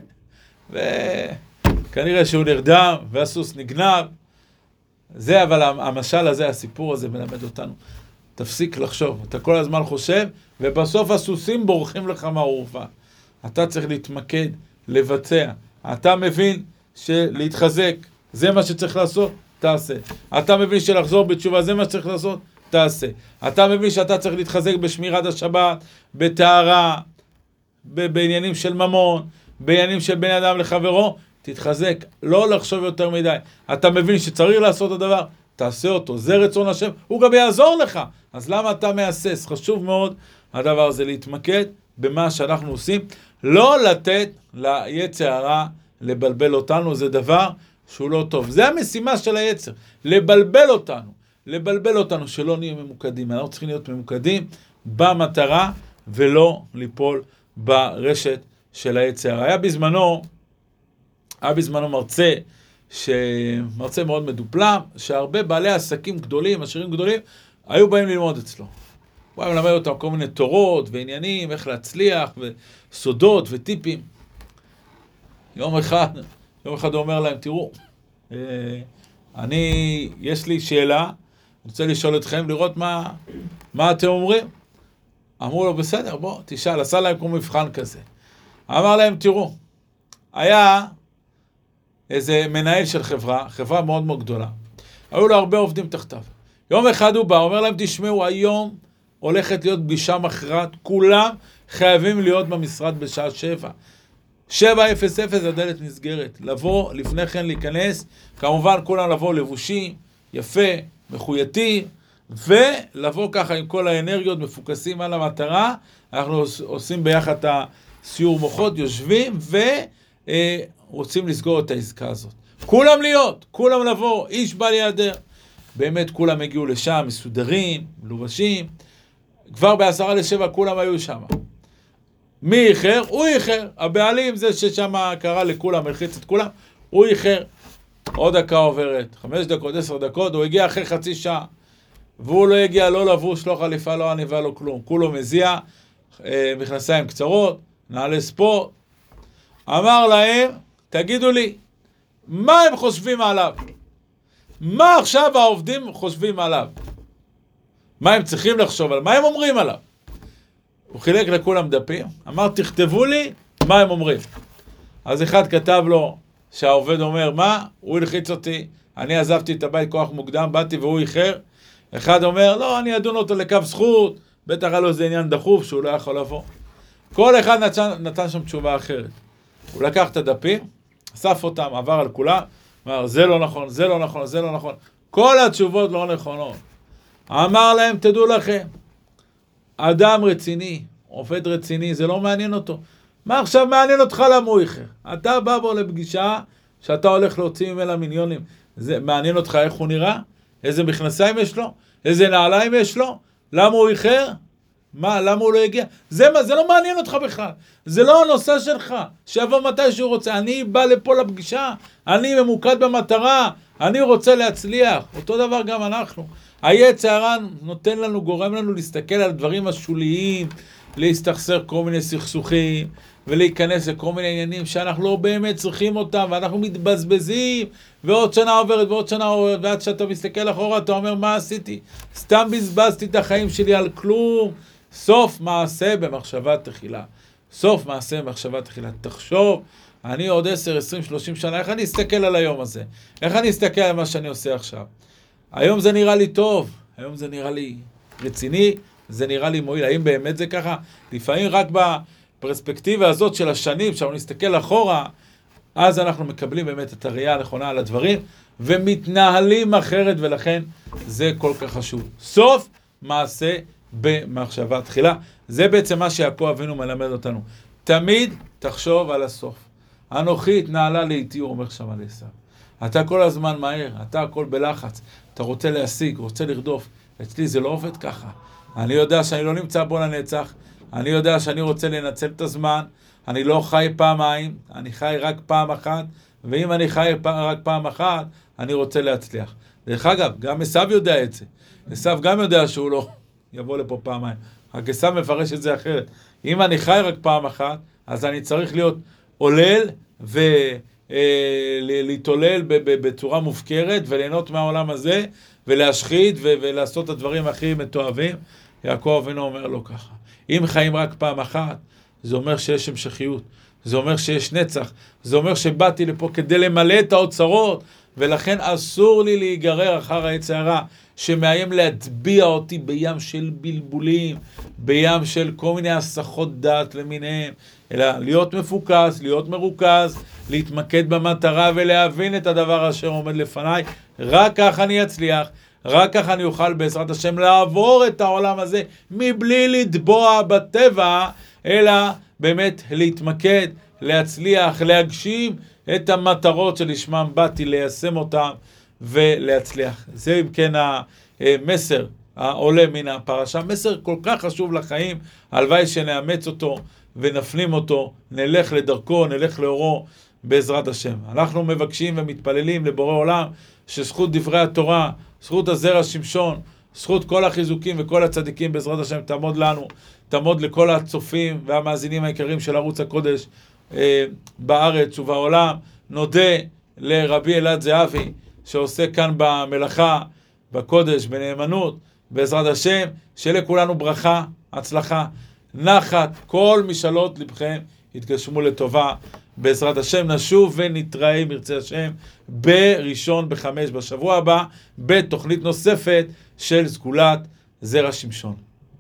וכנראה שהוא נרדם, והסוס נגנב. זה, אבל המשל הזה, הסיפור הזה מלמד אותנו. תפסיק לחשוב, אתה כל הזמן חושב, ובסוף הסוסים בורחים לך מהעורבה. אתה צריך להתמקד, לבצע. אתה מבין שלהתחזק, זה מה שצריך לעשות, תעשה. אתה מבין שלחזור בתשובה, זה מה שצריך לעשות, תעשה. אתה מבין שאתה צריך להתחזק בשמירת השבת, בטהרה, בעניינים של ממון, בעניינים של בן אדם לחברו, תתחזק, לא לחשוב יותר מדי. אתה מבין שצריך לעשות את הדבר, תעשה אותו, זה רצון השם, הוא גם יעזור לך. אז למה אתה מאסס? חשוב מאוד הדבר הזה, להתמקד במה שאנחנו עושים, לא לתת ליצר הרע לבלבל אותנו, זה דבר שהוא לא טוב. זה המשימה של היצר, לבלבל אותנו, לבלבל אותנו, שלא נהיה ממוקדים. אנחנו צריכים להיות ממוקדים במטרה, ולא ליפול ברשת של היצר. היה בזמנו, היה בזמנו מרצה, שמרצה מאוד מדופלם, שהרבה בעלי עסקים גדולים, עשירים גדולים, היו באים ללמוד אצלו. הוא היה מלמד אותם כל מיני תורות ועניינים, איך להצליח, וסודות וטיפים. יום אחד, יום אחד הוא אומר להם, תראו, אני, יש לי שאלה, אני רוצה לשאול אתכם, לראות מה, מה אתם אומרים. אמרו לו, בסדר, בוא, תשאל, עשה להם כמו מבחן כזה. אמר להם, תראו, היה איזה מנהל של חברה, חברה מאוד מאוד גדולה. היו לו הרבה עובדים תחתיו. יום אחד הוא בא, אומר להם, תשמעו, היום הולכת להיות פגישה מכרעת, כולם חייבים להיות במשרד בשעה שבע. שבע אפס אפס הדלת נסגרת. לבוא, לפני כן להיכנס, כמובן כולם לבוא לבושים, יפה, מחויטים, ולבוא ככה עם כל האנרגיות, מפוקסים על המטרה. אנחנו עושים ביחד את הסיור מוחות, יושבים ורוצים לסגור את העסקה הזאת. כולם להיות, כולם לבוא, איש בא לידר. באמת כולם הגיעו לשם, מסודרים, מלובשים. כבר בעשרה לשבע כולם היו שם. מי איחר? הוא איחר. הבעלים זה ששם קרא לכולם, מלחיץ את כולם, הוא איחר. עוד דקה עוברת, חמש דקות, עשר דקות, הוא הגיע אחרי חצי שעה. והוא לא הגיע, לא לבוש, לא חליפה, לא עניבה, לא כלום. כולו מזיע, מכנסיים קצרות, נעלי ספורט. אמר להם, תגידו לי, מה הם חושבים עליו? מה עכשיו העובדים חושבים עליו? מה הם צריכים לחשוב עליו? מה הם אומרים עליו? הוא חילק לכולם דפים, אמר, תכתבו לי מה הם אומרים. אז אחד כתב לו שהעובד אומר, מה? הוא הלחיץ אותי, אני עזבתי את הבית כוח מוקדם, באתי והוא איחר. אחד אומר, לא, אני אדון אותו לקו זכות, בטח היה לו איזה עניין דחוף שהוא לא יכול לבוא. כל אחד נתן, נתן שם תשובה אחרת. הוא לקח את הדפים, אסף אותם, עבר על כולם, אמר, זה לא נכון, זה לא נכון, זה לא נכון. כל התשובות לא נכונות. אמר להם, תדעו לכם, אדם רציני, עובד רציני, זה לא מעניין אותו. מה עכשיו מעניין אותך למה הוא איחר? אתה בא בו לפגישה שאתה הולך להוציא ממנה מיליונים. זה מעניין אותך איך הוא נראה? איזה מכנסיים יש לו? איזה נעליים יש לו? למה הוא איחר? מה, למה הוא לא הגיע? זה, זה לא מעניין אותך בכלל. זה לא הנושא שלך. שיבוא מתי שהוא רוצה. אני בא לפה לפגישה. אני ממוקד במטרה. אני רוצה להצליח. אותו דבר גם אנחנו. היצר הרע נותן לנו, גורם לנו להסתכל על דברים השוליים, להסתחסר כל מיני סכסוכים, ולהיכנס לכל מיני עניינים שאנחנו לא באמת צריכים אותם, ואנחנו מתבזבזים, ועוד שנה עוברת ועוד שנה עוברת, ועד שאתה מסתכל אחורה, אתה אומר, מה עשיתי? סתם בזבזתי את החיים שלי על כלום. סוף מעשה במחשבה תחילה. סוף מעשה במחשבה תחילה. תחשוב, אני עוד עשר, עשרים, שלושים שנה, איך אני אסתכל על היום הזה? איך אני אסתכל על מה שאני עושה עכשיו? היום זה נראה לי טוב, היום זה נראה לי רציני, זה נראה לי מועיל. האם באמת זה ככה? לפעמים רק בפרספקטיבה הזאת של השנים, כשאנחנו נסתכל אחורה, אז אנחנו מקבלים באמת את הראייה הנכונה על הדברים, ומתנהלים אחרת, ולכן זה כל כך חשוב. סוף מעשה במחשבה תחילה. זה בעצם מה שיעקב אבינו מלמד אותנו. תמיד תחשוב על הסוף. אנוכי התנהלה לאיתי, הוא אומר שם על עשיו. אתה כל הזמן מהר, אתה הכל בלחץ, אתה רוצה להשיג, רוצה לרדוף. אצלי זה לא עובד ככה. אני יודע שאני לא נמצא בו לנצח, אני יודע שאני רוצה לנצל את הזמן, אני לא חי פעמיים, אני חי רק פעם אחת, ואם אני חי רק פעם אחת, אני רוצה להצליח. דרך אגב, גם עשיו יודע את זה. עשיו גם יודע שהוא לא יבוא לפה פעמיים. רק עשיו מפרש את זה אחרת. אם אני חי רק פעם אחת, אז אני צריך להיות עולל ו... להתעולל בצורה מופקרת וליהנות מהעולם הזה ולהשחית ולעשות את הדברים הכי מתועבים. יעקב אבינו אומר לו ככה, אם חיים רק פעם אחת, זה אומר שיש המשכיות, זה אומר שיש נצח, זה אומר שבאתי לפה כדי למלא את האוצרות, ולכן אסור לי להיגרר אחר היצר הרע שמאיים להטביע אותי בים של בלבולים, בים של כל מיני הסחות דעת למיניהם, אלא להיות מפוקס, להיות מרוכז, להתמקד במטרה ולהבין את הדבר אשר עומד לפניי. רק כך אני אצליח, רק כך אני אוכל בעזרת השם לעבור את העולם הזה מבלי לטבוע בטבע, אלא באמת להתמקד, להצליח, להגשים את המטרות שלשמם באתי, ליישם אותם ולהצליח. זה אם כן המסר העולה מן הפרשה, מסר כל כך חשוב לחיים, הלוואי שנאמץ אותו ונפנים אותו, נלך לדרכו, נלך לאורו בעזרת השם. אנחנו מבקשים ומתפללים לבורא עולם שזכות דברי התורה, זכות הזרע שמשון, זכות כל החיזוקים וכל הצדיקים בעזרת השם תעמוד לנו, תעמוד לכל הצופים והמאזינים העיקריים של ערוץ הקודש אה, בארץ ובעולם. נודה לרבי אלעד זהבי שעושה כאן במלאכה, בקודש, בנאמנות, בעזרת השם, שלכולנו ברכה, הצלחה, נחת, כל משאלות לבכם יתגשמו לטובה. בעזרת השם נשוב ונתראה מרצה השם בראשון בחמש בשבוע הבא בתוכנית נוספת של סגולת זרע שמשון.